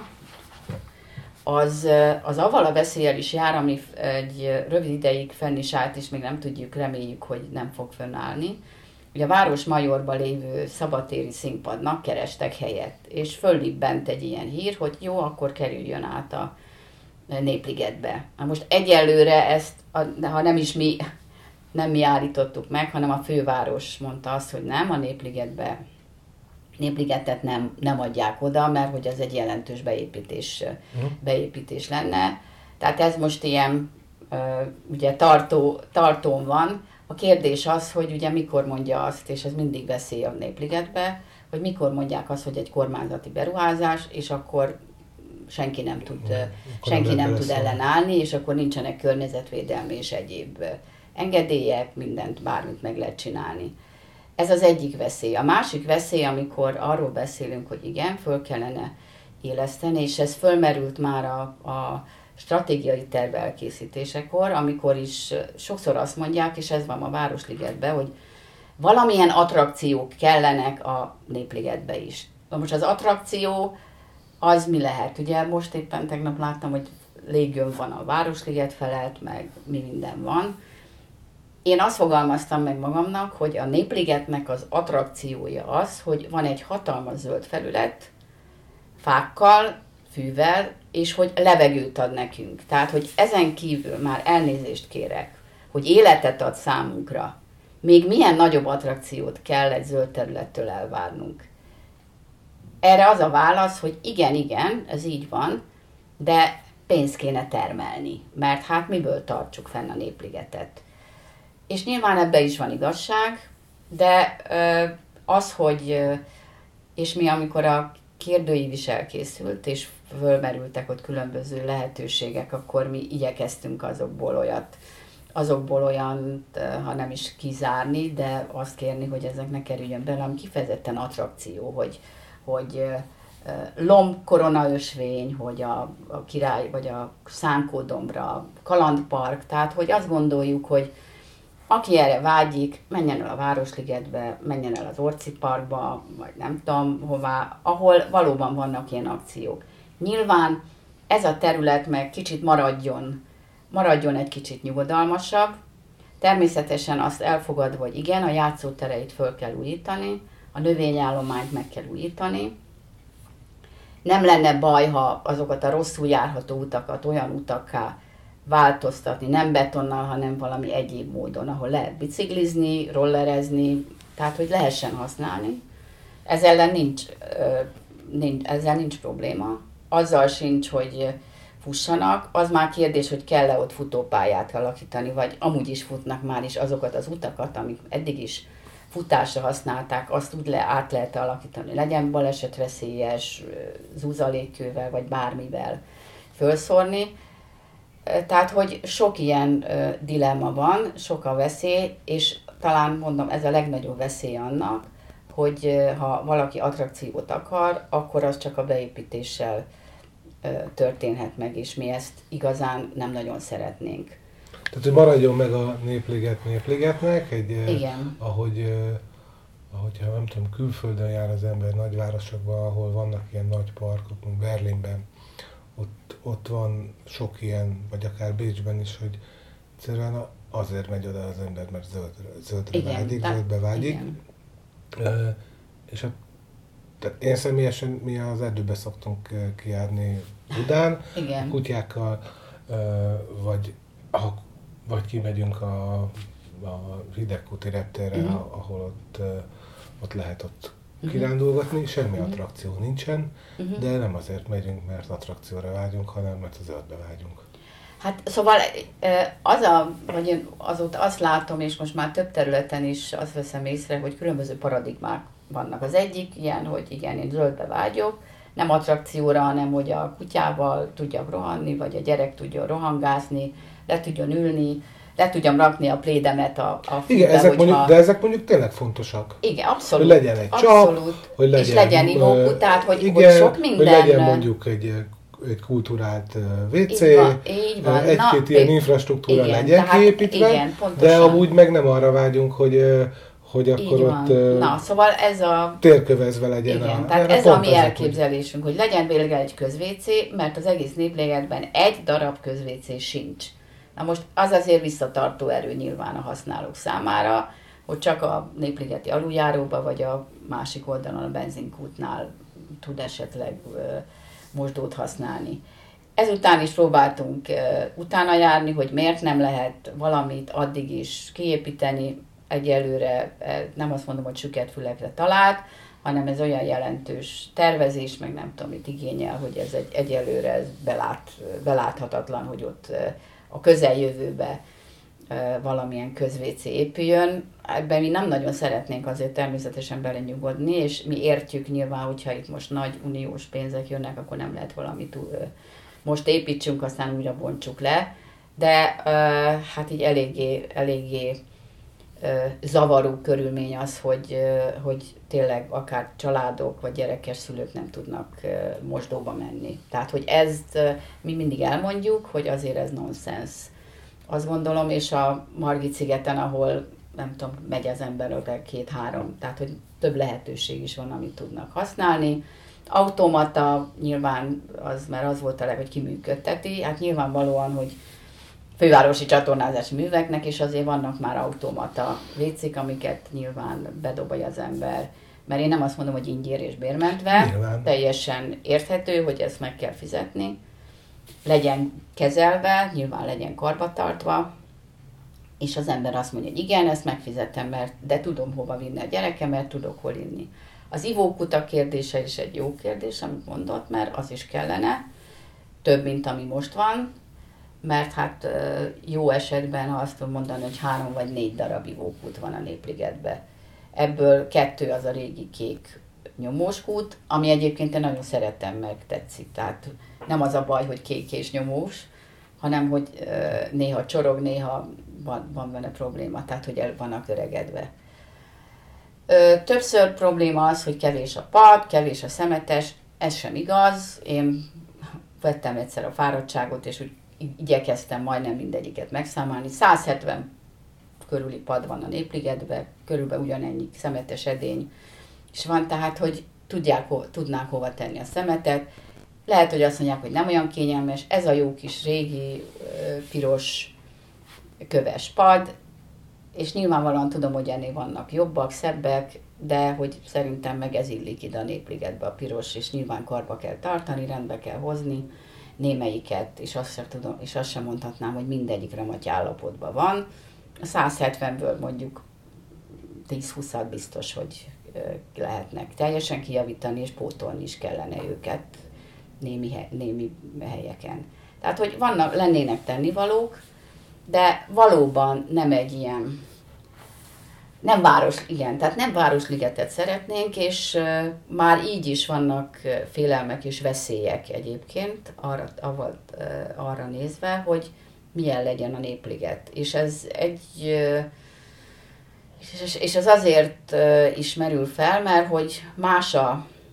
az, az avval a veszéllyel is jár, ami egy rövid ideig fenn is állt, és még nem tudjuk, reméljük, hogy nem fog fönnállni. Ugye a Városmajorban lévő szabadtéri színpadnak kerestek helyet, és föllibbent egy ilyen hír, hogy jó, akkor kerüljön át a Népligetbe. Na most egyelőre ezt, ha nem is mi, nem mi állítottuk meg, hanem a főváros mondta azt, hogy nem, a Népligetbe, Népligetet nem, nem adják oda, mert hogy az egy jelentős beépítés, beépítés lenne. Tehát ez most ilyen, ugye tartó, tartón van. A kérdés az, hogy ugye mikor mondja azt, és ez mindig veszély a Népligetbe, hogy mikor mondják azt, hogy egy kormányzati beruházás, és akkor senki nem tud, hmm, senki nem tud ellenállni, és akkor nincsenek környezetvédelmi és egyéb engedélyek, mindent, bármit meg lehet csinálni. Ez az egyik veszély. A másik veszély, amikor arról beszélünk, hogy igen, föl kellene éleszteni, és ez fölmerült már a, a stratégiai terv elkészítésekor, amikor is sokszor azt mondják, és ez van a Városligetben, hogy valamilyen attrakciók kellenek a Népligetbe is. Most az attrakció az mi lehet? Ugye most éppen tegnap láttam, hogy léggömb van a Városliget felett, meg mi minden van. Én azt fogalmaztam meg magamnak, hogy a Népligetnek az attrakciója az, hogy van egy hatalmas zöld felület, fákkal, fűvel, és hogy levegőt ad nekünk. Tehát, hogy ezen kívül már elnézést kérek, hogy életet ad számunkra, még milyen nagyobb attrakciót kell egy zöld területtől elvárnunk. Erre az a válasz, hogy igen, igen, ez így van, de pénzt kéne termelni, mert hát miből tartsuk fenn a Népligetet. És nyilván ebben is van igazság, de az, hogy, és mi amikor a kérdőív is elkészült, és fölmerültek ott különböző lehetőségek, akkor mi igyekeztünk azokból olyat, azokból olyan, ha nem is kizárni, de azt kérni, hogy ezek ne kerüljön bele, ami kifejezetten attrakció, hogy, hogy lomb koronaösvény, hogy a, a király, vagy a Szánkódombra, kalandpark, tehát hogy azt gondoljuk, hogy aki erre vágyik, menjen el a Városligetbe, menjen el az Orci Parkba, vagy nem tudom hová, ahol valóban vannak ilyen akciók. Nyilván ez a terület meg kicsit maradjon, maradjon egy kicsit nyugodalmasabb. Természetesen azt elfogadva, hogy igen, a játszótereit föl kell újítani, a növényállományt meg kell újítani. Nem lenne baj, ha azokat a rosszul járható utakat olyan utakká változtatni, nem betonnal, hanem valami egyéb módon, ahol lehet biciklizni, rollerezni, tehát hogy lehessen használni. Ezzel nincs, nincs, ezzel nincs probléma. Azzal sincs, hogy fussanak, az már kérdés, hogy kell-e ott futópályát alakítani, vagy amúgy is futnak már is azokat az utakat, amik eddig is futásra használták, azt úgy le, át lehet alakítani, legyen balesetveszélyes, zúzalékkővel, vagy bármivel fölszórni. Tehát, hogy sok ilyen uh, dilemma van, sok a veszély, és talán mondom, ez a legnagyobb veszély annak, hogy uh, ha valaki attrakciót akar, akkor az csak a beépítéssel uh, történhet meg, és mi ezt igazán nem nagyon szeretnénk. Tehát, hogy maradjon meg a Népliget Népligetnek, egy, Igen. Eh, ahogy, eh, ahogy ha nem tudom, külföldön jár az ember nagyvárosokban, ahol vannak ilyen nagy parkok, mint Berlinben, ott, ott van sok ilyen, vagy akár Bécsben is, hogy egyszerűen azért megy oda az ember, mert zöldre, zöldre Igen, vágyik, de, zöldbe vágyik. Eh, és a, tehát én személyesen mi az erdőbe szoktunk kijárni Budán, Igen. a kutyákkal, eh, vagy ha vagy kimegyünk a, a Hidegkúti reptérre, mm. ahol ott, ott lehet ott mm. kirándulgatni, semmi mm. attrakció nincsen, mm. de nem azért megyünk, mert attrakcióra vágyunk, hanem mert az zöldbe vágyunk. Hát szóval az a, vagy én azóta azt látom, és most már több területen is azt veszem észre, hogy különböző paradigmák vannak. Az egyik ilyen, hogy igen, én zöldbe vágyok, nem attrakcióra, hanem hogy a kutyával tudjak rohanni, vagy a gyerek tudjon rohangászni, le tudjon ülni, le tudjam rakni a plédemet a, a fűbe, igen, ezek mondjuk, ha... de ezek mondjuk tényleg fontosak. Igen, abszolút. Hogy legyen egy abszolút. Csap, hogy legyen, és legyen ivókút, tehát hogy, igen, hogy sok minden... hogy legyen mondjuk egy, egy kulturált vé cé, így van, így van. egy-két Na, ilyen infrastruktúra igen, legyen tehát, kiépítve, igen, de amúgy meg nem arra vágyunk, hogy, hogy akkor ott Na, szóval ez a... térkövezve legyen. Igen, a, tehát ez a mi ezek, elképzelésünk, hogy legyen végleg egy közvécé, mert az egész Népligetben egy darab közvécé sincs. Na most az azért visszatartó erő nyilván a használók számára, hogy csak a Népligeti aluljáróba, vagy a másik oldalon a benzinkútnál tud esetleg uh, mosdót használni. Ezután is próbáltunk uh, utána járni, hogy miért nem lehet valamit addig is kiépíteni, egyelőre nem azt mondom, hogy süket fülekre talált, hanem ez olyan jelentős tervezés, meg nem tudom, mit igényel, hogy ez egy, egyelőre ez belát, beláthatatlan, hogy ott a közeljövőbe valamilyen közvécé épüljön. Ebben mi nem nagyon szeretnénk azért természetesen belenyugodni, és mi értjük nyilván, hogyha itt most nagy uniós pénzek jönnek, akkor nem lehet valamit most építsünk, aztán újra bontsuk le, de hát így eléggé, eléggé zavaró körülmény az, hogy, hogy tényleg akár családok vagy gyerekes szülők nem tudnak mosdóba menni. Tehát, hogy ezt mi mindig elmondjuk, hogy azért ez nonsens. Azt gondolom, és a Margit-szigeten, ahol nem tudom, megy az ember két-három, tehát, hogy több lehetőség is van, amit tudnak használni. Automata nyilván az, mert az volt a leg, hogy kiműködteti, hát nyilvánvalóan, hogy fővárosi csatornázási műveknek, és azért vannak már automata vécék, amiket nyilván bedobja az ember. Mert én nem azt mondom, hogy ingyér és bérmentve, nyilván. Teljesen érthető, hogy ezt meg kell fizetni. Legyen kezelve, nyilván legyen karbantartva, és az ember azt mondja, hogy igen, ezt megfizetem, mert, de tudom hova vinni a gyerekemet, tudok hol inni. Az ivókutak kérdése is egy jó kérdés, amit mondott, mert az is kellene, több, mint ami most van, mert hát jó esetben, ha azt tudom mondani, hogy három vagy négy darab ivókút van a Népligetben. Ebből kettő az a régi kék nyomós kút, ami egyébként én nagyon szeretem, meg tetszik. Tehát nem az a baj, hogy kék és nyomós, hanem hogy néha csorog, néha van, van benne probléma, tehát hogy el vannak öregedve. Többször probléma az, hogy kevés a pad, kevés a szemetes, ez sem igaz. Én vettem egyszer a fáradtságot, és úgy igyekeztem majdnem mindegyiket megszámolni. száz hetven körüli pad van a Népligetben, körülbelül ugyanennyi szemetes edény is van, tehát hogy tudják, ho, tudnák hova tenni a szemetet. Lehet, hogy azt mondják, hogy nem olyan kényelmes, ez a jó kis régi, piros, köves pad, és nyilvánvalóan tudom, hogy ennél vannak jobbak, szebbek, de hogy szerintem meg ez illik ide a Népligetbe a piros, és nyilván karba kell tartani, rendbe kell hozni némelyiket, és azt sem tudom, és azt sem mondhatnám, hogy mindegyik rematy állapotban van. A száz hetvenből mondjuk tíz-húszat biztos, hogy lehetnek teljesen kijavítani, és pótolni is kellene őket némi, némi helyeken. Tehát, hogy vannak, lennének tennivalók, de valóban nem egy ilyen, nem város, igen, tehát nem városligetet szeretnénk, és uh, már így is vannak uh, félelmek és veszélyek egyébként, arra, arra, uh, arra nézve, hogy milyen legyen a népliget. És ez egy, uh, és, és ez azért uh, is merül fel, mert hogy más a,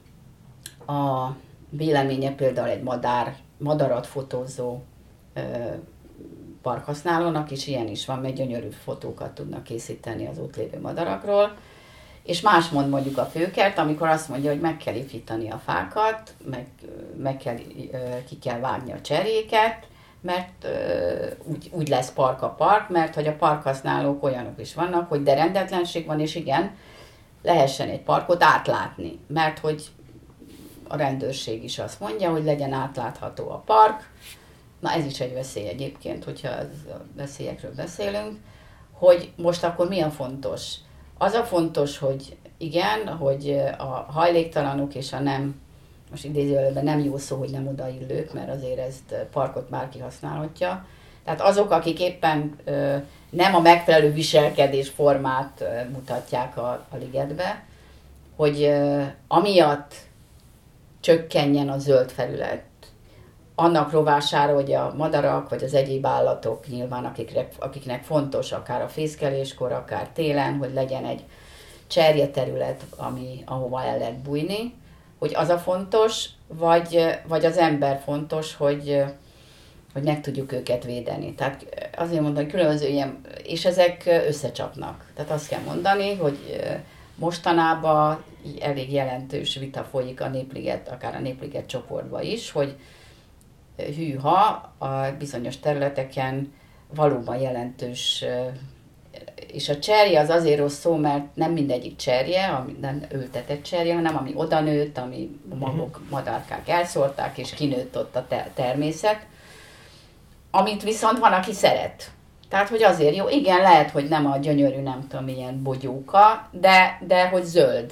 a véleménye például egy madár, madarat fotózó uh, parkhasználónak, és ilyen is van, mert gyönyörű fotókat tudnak készíteni az ott lévő madarakról. És más mond mondjuk a főkert, amikor azt mondja, hogy meg kell ifjítani a fákat, meg, meg kell, ki kell vágni a cserjéket, mert úgy, úgy lesz park a park, mert hogy a parkhasználók olyanok is vannak, hogy de rendetlenség van, és igen, lehessen egy parkot átlátni, mert hogy a rendőrség is azt mondja, hogy legyen átlátható a park. Na ez is egy veszély egyébként, hogyha a veszélyekről beszélünk, hogy most akkor mi a fontos? Az a fontos, hogy igen, hogy a hajléktalanok és a nem, most idézőjelben nem jó szó, hogy nem odaillők, mert azért ezt parkot bárki használhatja. Tehát azok, akik éppen ö, nem a megfelelő viselkedésformát ö, mutatják a, a ligetbe, hogy ö, amiatt csökkenjen a zöld felület, annak rovására, hogy a madarak, vagy az egyéb állatok nyilván, akiknek, akiknek fontos, akár a fészkeléskor, akár télen, hogy legyen egy cserjeterület, ami, ahova el lehet bújni, hogy az a fontos, vagy, vagy az ember fontos, hogy, hogy meg tudjuk őket védeni. Tehát azért mondom, hogy különböző ilyen, és ezek összecsapnak. Tehát azt kell mondani, hogy mostanában elég jelentős vita folyik a Népliget, akár a Népliget csoportban is, hogy hűha, a bizonyos területeken valóban jelentős, és a cserje az azért rossz szó, mert nem mindegyik cserje, ami nem ültetett cserje, hanem ami oda nőtt, ami a magok, madárkák elszórták, és kinőtt ott a természet, amit viszont van, aki szeret. Tehát, hogy azért jó, igen, lehet, hogy nem a gyönyörű, nem tudom, milyen bogyóka, de, de hogy zöld.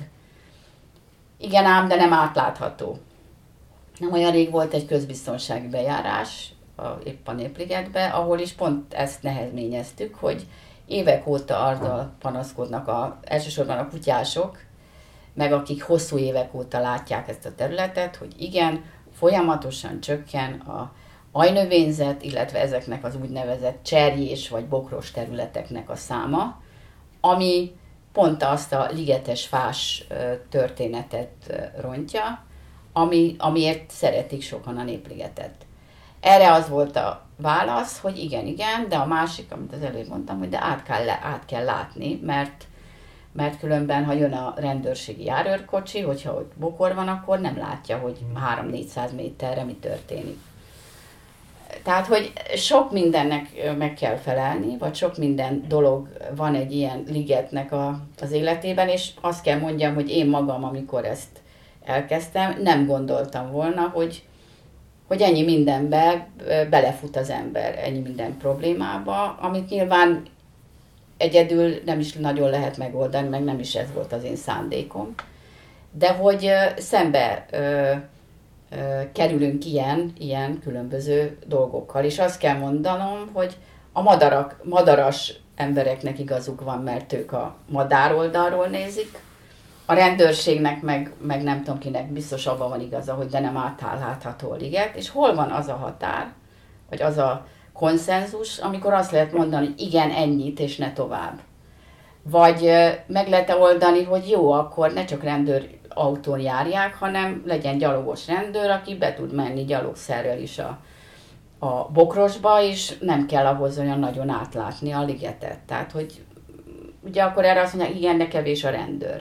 Igen ám, de nem átlátható. Nem olyan rég volt egy közbiztonsági bejárás, a, épp a Népligetbe, ahol is pont ezt nehezményeztük, hogy évek óta arra panaszkodnak a, elsősorban a kutyások, meg akik hosszú évek óta látják ezt a területet, hogy igen, folyamatosan csökken a ajnövényzet, illetve ezeknek az úgynevezett cserjés vagy bokros területeknek a száma, ami pont azt a ligetes fás történetet rontja, ami, amiért szeretik sokan a Népligetet. Erre az volt a válasz, hogy igen, igen, de a másik, amit az előbb mondtam, hogy de át kell, át kell látni, mert, mert különben, ha jön a rendőrségi járőrkocsi, hogyha ott bokor van, akkor nem látja, hogy három-négyszáz méterre mi történik. Tehát, hogy sok mindennek meg kell felelni, vagy sok minden dolog van egy ilyen ligetnek a, az életében, és azt kell mondjam, hogy én magam, amikor ezt elkezdtem, nem gondoltam volna, hogy, hogy ennyi mindenbe belefut az ember, ennyi minden problémába, amit nyilván egyedül nem is nagyon lehet megoldani, meg nem is ez volt az én szándékom. De hogy szembe ö, ö, kerülünk ilyen, ilyen különböző dolgokkal. És azt kell mondanom, hogy a madarak, madaras embereknek igazuk van, mert ők a madár oldalról nézik, a rendőrségnek meg, meg nem tudom kinek, biztos abban van igaza, hogy de nem átállhatható a liget, és hol van az a határ, vagy az a konszenzus, amikor azt lehet mondani, hogy igen, ennyit, és ne tovább. Vagy meg lehet oldani, hogy jó, akkor ne csak rendőrautón járják, hanem legyen gyalogos rendőr, aki be tud menni gyalogszerrel is a, a bokrosba, és nem kell ahhoz olyan nagyon átlátni a ligetet. Tehát, hogy ugye akkor erre azt mondják, igen, de kevés a rendőr.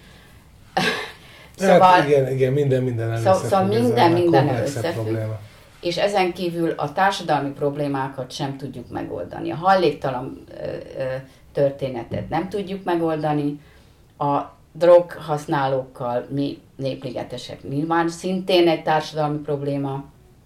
Szóval, hát igen, igen, minden minden összefügg. Szóval, szóval minden minden összefügg. És ezen kívül a társadalmi problémákat sem tudjuk megoldani. A hajléktalan ö, ö, történetet nem tudjuk megoldani. A droghasználókkal mi népligetesek nyilván szintén egy társadalmi probléma.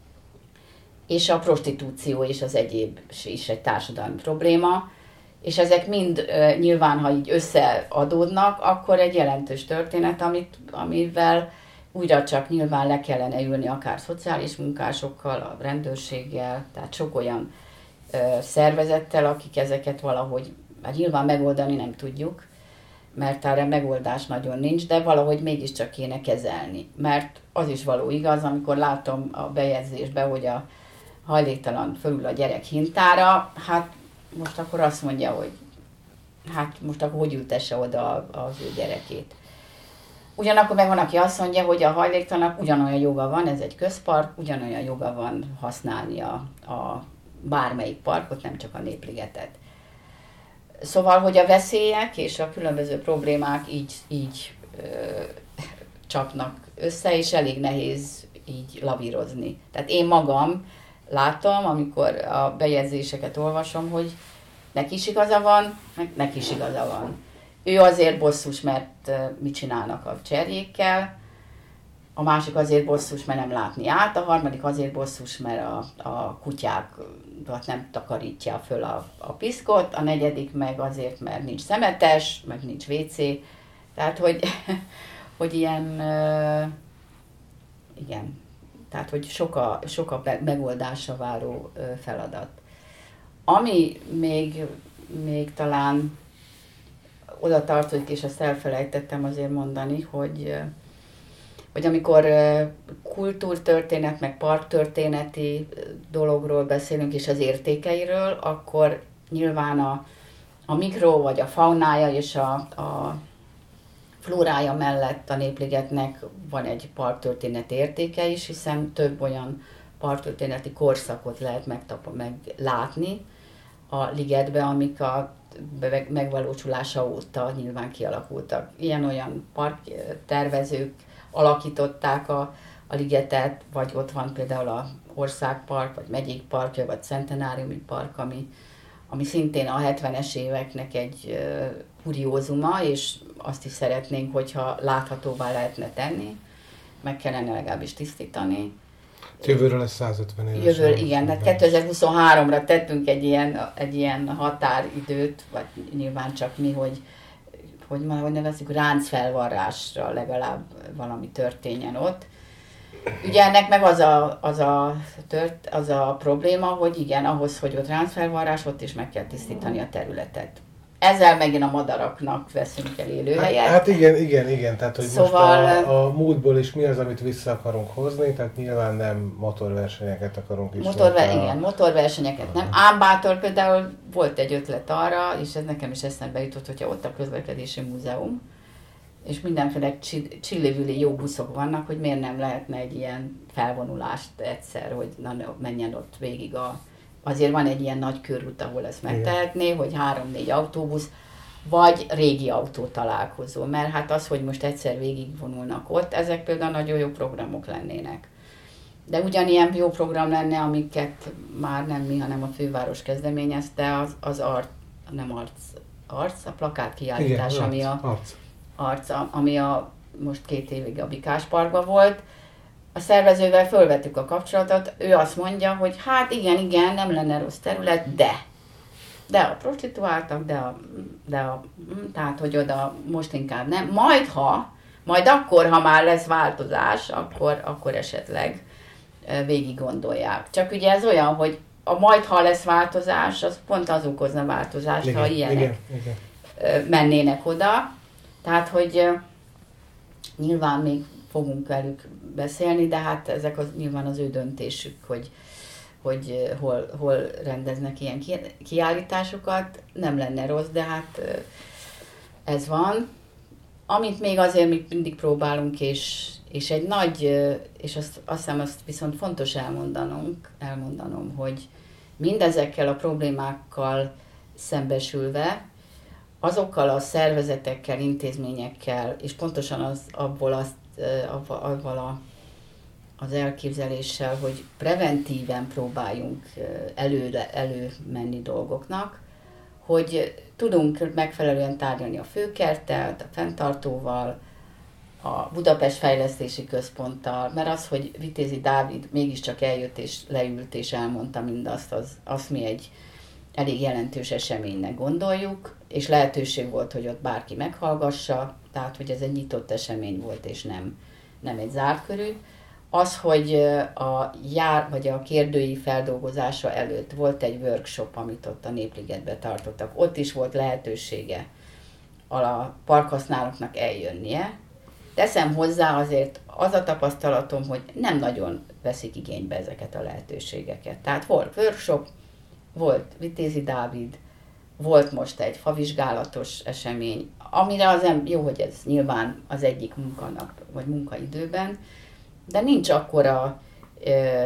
És a prostitúció és az egyéb is egy társadalmi probléma. És ezek mind uh, nyilván, ha így összeadódnak, akkor egy jelentős történet, amit, amivel újra csak nyilván le kellene ülni akár szociális munkásokkal, a rendőrséggel, tehát sok olyan ö, szervezettel, akik ezeket valahogy, hát nyilván megoldani nem tudjuk, mert erre megoldás nagyon nincs, de valahogy mégiscsak kéne kezelni. Mert az is való igaz, amikor látom a bejegyzésbe, hogy a hajléktalan fölül a gyerek hintára, hát most akkor azt mondja, hogy hát most akkor hogy ültesse oda az ő gyerekét. Ugyanakkor meg van, aki azt mondja, hogy a hajléktalannak ugyanolyan joga van, ez egy közpark, ugyanolyan joga van használni a, a bármelyik parkot, nem csak a Népligetet. Szóval, hogy a veszélyek és a különböző problémák így, így ö, csapnak össze, és elég nehéz így lavírozni. Tehát én magam látom, amikor a bejegyzéseket olvasom, hogy neki is igaza van, meg neki is igaza van. Ő azért bosszus, mert mit csinálnak a cserjékkel, a másik azért bosszus, mert nem látni át, a harmadik azért bosszus, mert a, a kutyákat nem takarítja föl a, a piszkot, a negyedik meg azért, mert nincs szemetes, meg nincs vé cé. Tehát, hogy, hogy ilyen, uh, igen, tehát, hogy sok a, sok a megoldásra váró uh, feladat. Ami még, még talán oda tartozik, és ezt elfelejtettem azért mondani, hogy, hogy amikor kultúrtörténet, meg parktörténeti dologról beszélünk, és az értékeiről, akkor nyilván a, a mikro, vagy a faunája és a, a flórája mellett a Népligetnek van egy parktörténeti értéke is, hiszen több olyan parktörténeti korszakot lehet megtap- meglátni a ligetbe, amik a megvalósulása óta nyilván kialakultak. Ilyen-olyan parktervezők alakították a, a ligetet, vagy ott van például a Országpark, vagy Megyék parkja, vagy Centenáriumi park, ami, ami szintén a hetvenes éveknek egy uh, kuriózuma, és azt is szeretnénk, hogyha láthatóvá lehetne tenni, meg kellene legalábbis tisztítani. Jövőre lesz százötven éves. Jövő, igen, tehát kétezer-huszonháromra tettünk egy ilyen, egy ilyen határidőt, vagy nyilván csak mi, hogy, hogy, hogy nevezzük, ráncfelvarrásra legalább valami történjen ott. Ugye ennek meg az a, az, a tört, az a probléma, hogy igen, ahhoz, hogy ott ráncfelvarrás, ott is meg kell tisztítani a területet. Ezzel megint a madaraknak veszünk el élőhelyet. Hát, hát igen, igen, igen. Tehát, hogy szóval... most a, a múltból is mi az, amit vissza akarunk hozni, tehát nyilván nem motorversenyeket akarunk is. Motorver, a... Igen, motorversenyeket nem. Ám bátor például volt egy ötlet arra, és ez nekem is eszembe jutott, hogyha ott a közlekedési múzeum, és mindenféle csillivüli jó buszok vannak, hogy miért nem lehetne egy ilyen felvonulást egyszer, hogy na, menjen ott végig a... Azért van egy ilyen nagy körút, ahol ezt megtehetné, igen, hogy három-négy autóbusz, vagy régi autó találkozó. Mert hát az, hogy most egyszer végigvonulnak ott, ezek például nagyon jó programok lennének. De ugyanilyen jó program lenne, amiket már nem mi, hanem a főváros kezdeményezte, az, az arc, nem arc, arc, a plakát kiállítás, igen, ami, arc, a, arc. Arc, ami a, most két évig a Bikás Parkban volt. A szervezővel fölvettük a kapcsolatot, ő azt mondja, hogy hát igen, igen, nem lenne rossz terület, de. De a prostituáltak, de a, de a, tehát, hogy oda most inkább nem. Majd ha, majd akkor, ha már lesz változás, akkor, akkor esetleg végig gondolják. Csak ugye ez olyan, hogy a majd ha lesz változás, az pont az okozna változást, igen, ha ilyenek igen, igen. mennének oda. Tehát, hogy nyilván még fogunk velük beszélni, de hát ezek az, nyilván az ő döntésük, hogy, hogy hol, hol rendeznek ilyen kiállításokat. Nem lenne rossz, de hát ez van. Amit még azért mi mindig próbálunk, és, és egy nagy, és azt, azt hiszem azt viszont fontos elmondanunk, elmondanom, hogy mindezekkel a problémákkal szembesülve, azokkal a szervezetekkel, intézményekkel, és pontosan az, abból azt avval a, az elképzeléssel, hogy preventíven próbáljunk előre, előmenni dolgoknak, hogy tudunk megfelelően tárgyalni a főkerttel, a fenntartóval, a Budapest Fejlesztési Központtal, mert az, hogy Vitézi Dávid mégiscsak eljött és leült és elmondta mindazt, az, azt mi egy elég jelentős eseménynek gondoljuk, és lehetőség volt, hogy ott bárki meghallgassa, tehát hogy ez egy nyitott esemény volt, és nem nem egy zárt körű. Az, hogy a jár, vagy a kérdői feldolgozása előtt volt egy workshop, amit ott a Népligetben tartottak. Ott is volt lehetősége a parkhasználóknak eljönnie. Teszem hozzá azért az a tapasztalatom, hogy nem nagyon veszik igénybe ezeket a lehetőségeket. Tehát volt workshop, volt Vitézi Dávid, volt most egy favizsgálatos esemény, amire az em- jó, hogy ez nyilván az egyik munkanap, vagy munkaidőben, de nincs akkora, ö,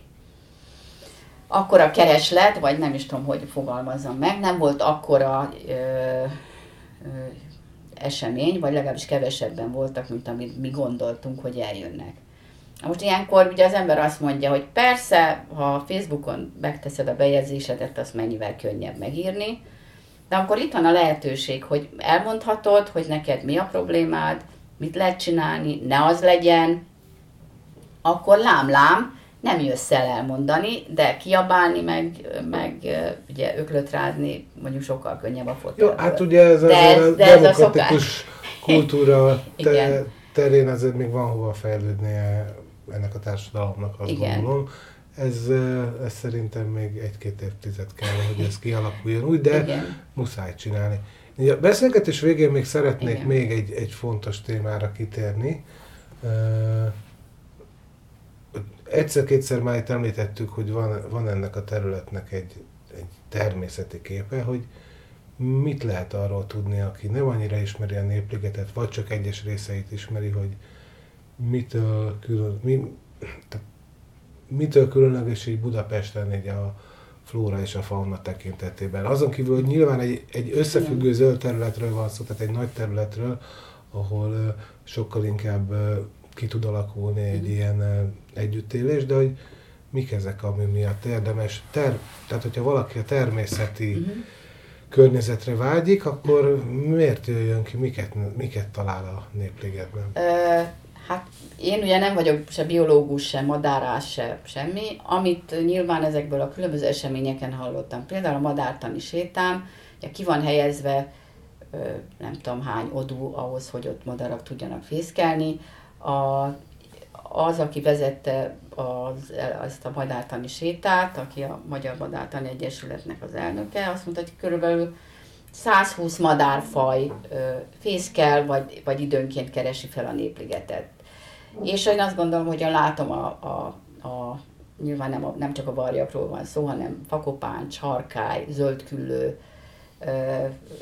akkora kereslet, vagy nem is tudom, hogy fogalmazzam meg, nem volt akkora ö, ö, esemény, vagy legalábbis kevesebben voltak, mint amit mi gondoltunk, hogy eljönnek. Most ilyenkor ugye az ember azt mondja, hogy persze, ha Facebookon megteszed a bejegyzésedet, azt mennyivel könnyebb megírni, de akkor itt van a lehetőség, hogy elmondhatod, hogy neked mi a problémád, mit lehet csinálni, ne az legyen, akkor lám-lám, nem jössz el elmondani, de kiabálni, meg, meg ugye öklöt rázni, mondjuk sokkal könnyebb a fotelből. Jó, hát ugye ez, de ez, a de demokratikus ez a kultúra te, terén azért még van hova fejlődnie ennek a társadalomnak, azt Igen. gondolom. Ez, ez szerintem még egy-két évtized kell, hogy ez kialakuljon úgy, de Igen. muszáj csinálni. A beszélgetés végén még szeretnék Igen. még egy, egy fontos témára kitérni. Egyszer-kétszer már itt említettük, hogy van, van ennek a területnek egy, egy természeti képe, hogy mit lehet arról tudni, aki nem annyira ismeri a Népligetet, vagy csak egyes részeit ismeri, hogy mitől, külön, mi, mitől különleges így Budapesten így a flóra és a fauna tekintetében. Azon kívül, hogy nyilván egy, egy összefüggő zöld területről van szó, tehát egy nagy területről, ahol sokkal inkább ki tud alakulni egy ilyen együttélés, de hogy mik ezek, ami miatt érdemes. Ter, tehát, hogyha valaki a természeti uh-huh. környezetre vágyik, akkor miért jöjjön ki, miket, miket talál a Népligetben? Ö, hát én ugye nem vagyok se biológus, se madárás, se semmi. Amit nyilván ezekből a különböző eseményeken hallottam, például a madártani sétán, ugye ki van helyezve ö, nem tudom hány odú ahhoz, hogy ott madarak tudjanak fészkelni. A, az, aki vezette az, azt a madártani sétát, aki a Magyar Madártani Egyesületnek az elnöke, azt mondta, hogy körülbelül százhúsz madárfaj ö, fészkel, vagy, vagy időnként keresi fel a Népligetet. És én azt gondolom, hogy látom a, a, a nyilván nem, a, nem csak a varjakról van szó, hanem fakopáncs, harkály, zöldküllő, ö,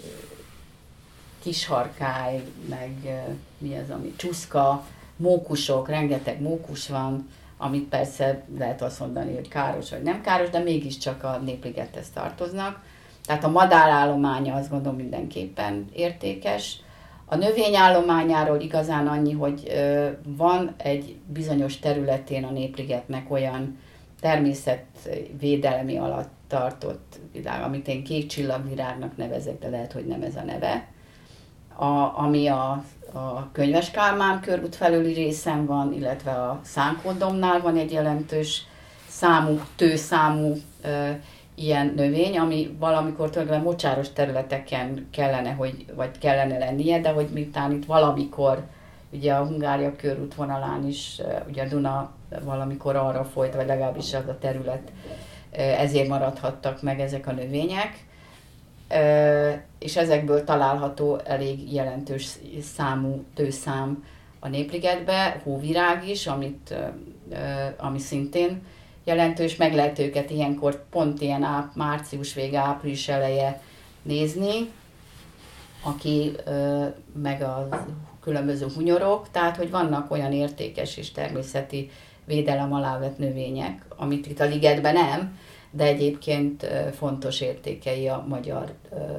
kisharkály, meg ö, mi az, ami csuszka, mókusok, rengeteg mókus van, amit persze lehet azt mondani, hogy káros vagy nem káros, de mégiscsak a Népligethez tartoznak. Tehát a madárállománya azt gondolom mindenképpen értékes. A növényállományáról igazán annyi, hogy ö, van egy bizonyos területén a Népligetnek olyan természetvédelmi alatt tartott virág, amit én kék csillagvirágnak nevezek, de lehet, hogy nem ez a neve, a, ami a A Könyves Kálmán körút felüli részen van, illetve a Szánkódomnál van egy jelentős számú, tőszámú ö, ilyen növény, ami valamikor tulajdonképpen mocsáros területeken kellene, hogy, vagy kellene lennie, de hogy miután itt valamikor, ugye a Hungária körút vonalán is, ugye a Duna valamikor arra folyt, vagy legalábbis az a terület, ezért maradhattak meg ezek a növények. És ezekből található elég jelentős számú tőszám a Népligetbe, hóvirág is, amit, ami szintén jelentős, meg lehet őket ilyenkor pont ilyen áp, március vége, április eleje nézni, aki meg a különböző hunyorok, tehát hogy vannak olyan értékes és természeti védelem alá vett növények, amit itt a ligetben nem, de egyébként fontos értékei a magyar,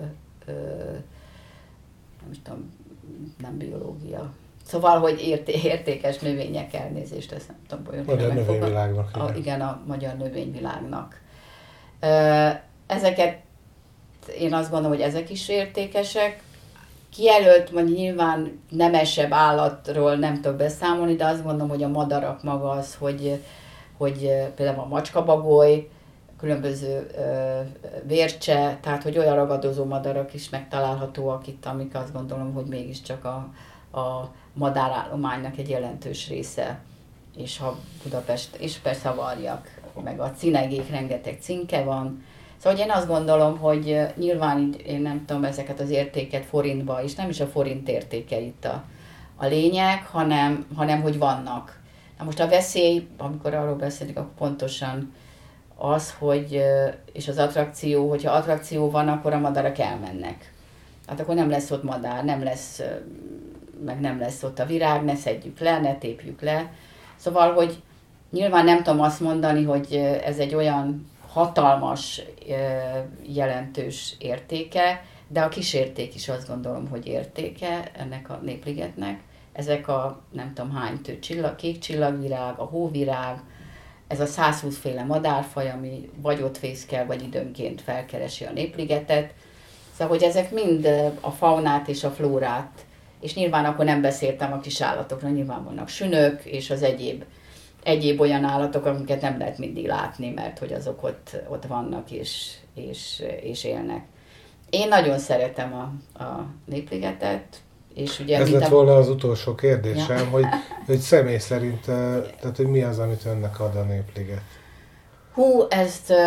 nem tudom, nem biológia. Szóval, hogy érté- értékes növények, elnézést, ezt nem tudom, hogy magyar növényvilágnak. A, igen, a magyar növényvilágnak. Ezeket, én azt gondolom, hogy ezek is értékesek. Kijelölt, vagy nyilván nemesebb állatról nem tudok beszámolni, de azt gondolom, hogy a madarak maga az, hogy, hogy például a macskabagoly, különböző ö, vércse, tehát hogy olyan ragadozó madarak is megtalálhatóak itt, amik azt gondolom, hogy mégiscsak a, a madárállománynak egy jelentős része, és ha Budapest, és persze a varjak, meg a cinegék, rengeteg cinke van. Szóval én azt gondolom, hogy nyilván így, én nem tudom ezeket az értéket forintba, és nem is a forint értéke itt a, a lényeg, hanem, hanem hogy vannak. Na most a veszély, amikor arról beszélünk, akkor pontosan az, hogy, és az attrakció, hogyha attrakció van, akkor a madarak elmennek. Hát akkor nem lesz ott madár, nem lesz, meg nem lesz ott a virág, ne szedjük le, ne tépjük le. Szóval, hogy nyilván nem tudom azt mondani, hogy ez egy olyan hatalmas, jelentős értéke, de a kísérték is azt gondolom, hogy értéke ennek a népligetnek. Ezek a nem tudom hány tő csillag, kék csillagvirág, a hóvirág, ez a százhúsz féle madárfaj, ami vagy ott fészkel, vagy időnként felkeresi a népligetet. Szóval, hogy ezek mind a faunát és a flórát, és nyilván akkor nem beszéltem a kis állatokra, nyilván vannak sünök, és az egyéb, egyéb olyan állatok, amiket nem lehet mindig látni, mert hogy azok ott, ott vannak és, és, és élnek. Én nagyon szeretem a, a népligetet, és ugye... Ez lett a... volna az utolsó kérdésem, ja. hogy, hogy személy szerint, tehát hogy mi az, amit önnek ad a népliget? Hú, ezt uh,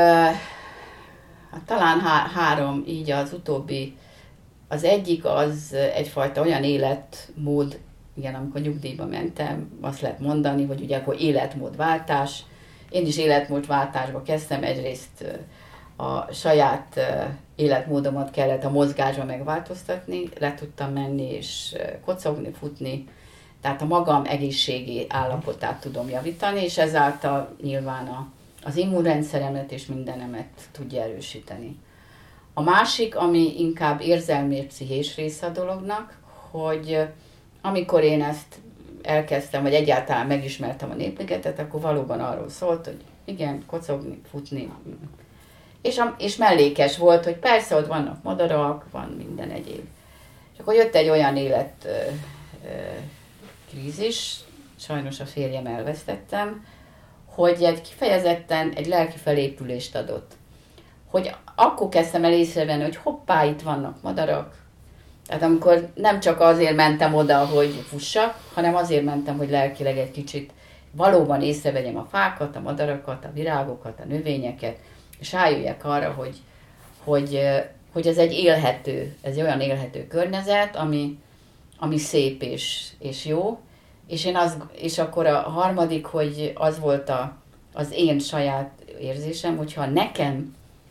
hát talán há- három, így az utóbbi. Az egyik az egyfajta olyan életmód, igen, amikor nyugdíjba mentem, azt lehet mondani, hogy ugye akkor életmódváltás. Én is életmódváltásba kezdtem, egyrészt a saját életmódomat kellett a mozgásba megváltoztatni, le tudtam menni és kocogni, futni, tehát a magam egészségi állapotát tudom javítani, és ezáltal nyilván a, az immunrendszeremet és mindenemet tudja erősíteni. A másik, ami inkább érzelmi és pszichés része a dolognak, hogy amikor én ezt elkezdtem, vagy egyáltalán megismertem a népligetet, akkor valóban arról szólt, hogy igen, kocogni, futni. És, a, és mellékes volt, hogy persze ott vannak madarak, van minden egyéb. És akkor jött egy olyan élet ö, ö, krízis, sajnos a férjem elvesztettem, hogy egy kifejezetten egy lelki felépülést adott. Hogy akkor kezdtem el észrevenni, hogy hoppá, itt vannak madarak. Tehát amikor nem csak azért mentem oda, hogy fussak, hanem azért mentem, hogy lelkileg egy kicsit valóban észrevegyem a fákat, a madarakat, a virágokat, a növényeket, és rájöjjek arra, hogy, hogy, hogy ez egy élhető, ez egy olyan élhető környezet, ami, ami szép és, és jó. És, én az, és akkor a harmadik, hogy az volt a, az én saját érzésem, hogyha nekem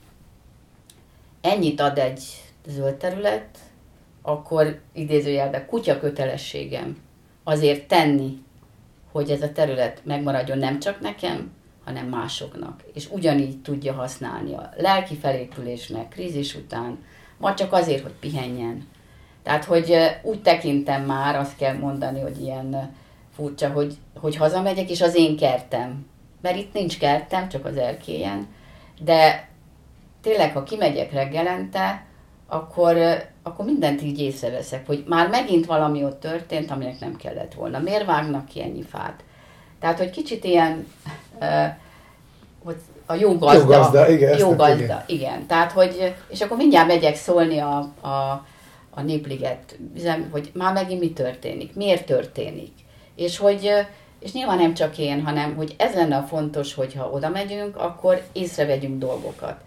ennyit ad egy zöld terület, akkor idézőjelben kutya kötelességem azért tenni, hogy ez a terület megmaradjon nem csak nekem, hanem másoknak. És ugyanígy tudja használni a lelki felépülésnek, krízis után, vagy csak azért, hogy pihenjen. Tehát, hogy úgy tekintem már, azt kell mondani, hogy ilyen furcsa, hogy, hogy hazamegyek, és az én kertem. Mert itt nincs kertem, csak az erkélyen, de tényleg, ha kimegyek reggelente, akkor, akkor mindent így észreveszek, hogy már megint valami ott történt, aminek nem kellett volna. Miért vágnak ki ennyi fát? Tehát, hogy kicsit ilyen, uh, hogy a jó gazda. Jó gazda, igen. Jó gazda, igen. igen. Tehát, hogy, és akkor mindjárt megyek szólni a, a, a Népliget, hogy már megint mi történik, miért történik. És hogy, és nyilván nem csak én, hanem, hogy ez lenne a fontos, hogyha oda megyünk, akkor észrevegyünk dolgokat.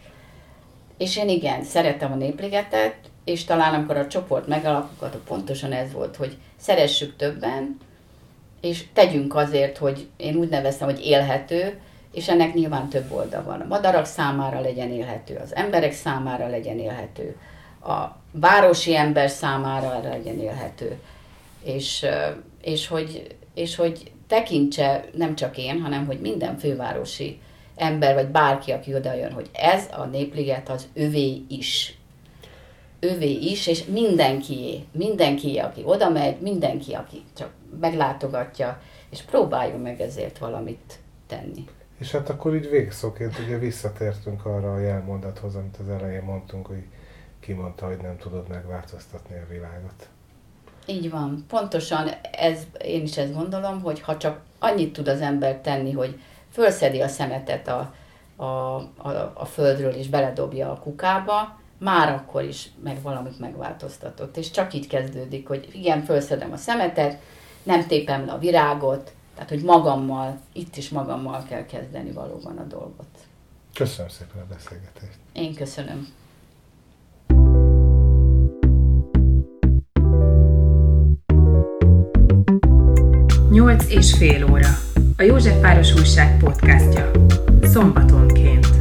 És én igen, szeretem a Népligetet, és talán amikor a csoport megalakult, pontosan ez volt, hogy szeressük többen, és tegyünk azért, hogy én úgy neveztem, hogy élhető, és ennek nyilván több oldal van. A madarak számára legyen élhető, az emberek számára legyen élhető, a városi ember számára legyen élhető, és, és, hogy, és hogy tekintse nem csak én, hanem hogy minden fővárosi ember, vagy bárki, aki oda jön, hogy ez a Népliget az övé is. Övé is, és mindenkié, mindenkié, aki oda megy, mindenki, aki csak meglátogatja, és próbáljon meg ezért valamit tenni. És hát akkor így végszóként ugye visszatértünk arra a jelmondathoz, amit az elején mondtunk, hogy ki mondta, hogy nem tudod megváltoztatni a világot. Így van. Pontosan ez, én is ezt gondolom, hogy ha csak annyit tud az ember tenni, hogy fölszedi a szemetet a, a, a, a földről és beledobja a kukába, már akkor is meg valamit megváltoztatott. És csak így kezdődik, hogy igen, felszedem a szemetet, nem tépem le a virágot, tehát hogy magammal, itt is magammal kell kezdeni valóban a dolgot. Köszönöm szépen a beszélgetést. Én köszönöm. Nyolc és fél óra. A Józsefváros Újság podcastja. Szombatonként.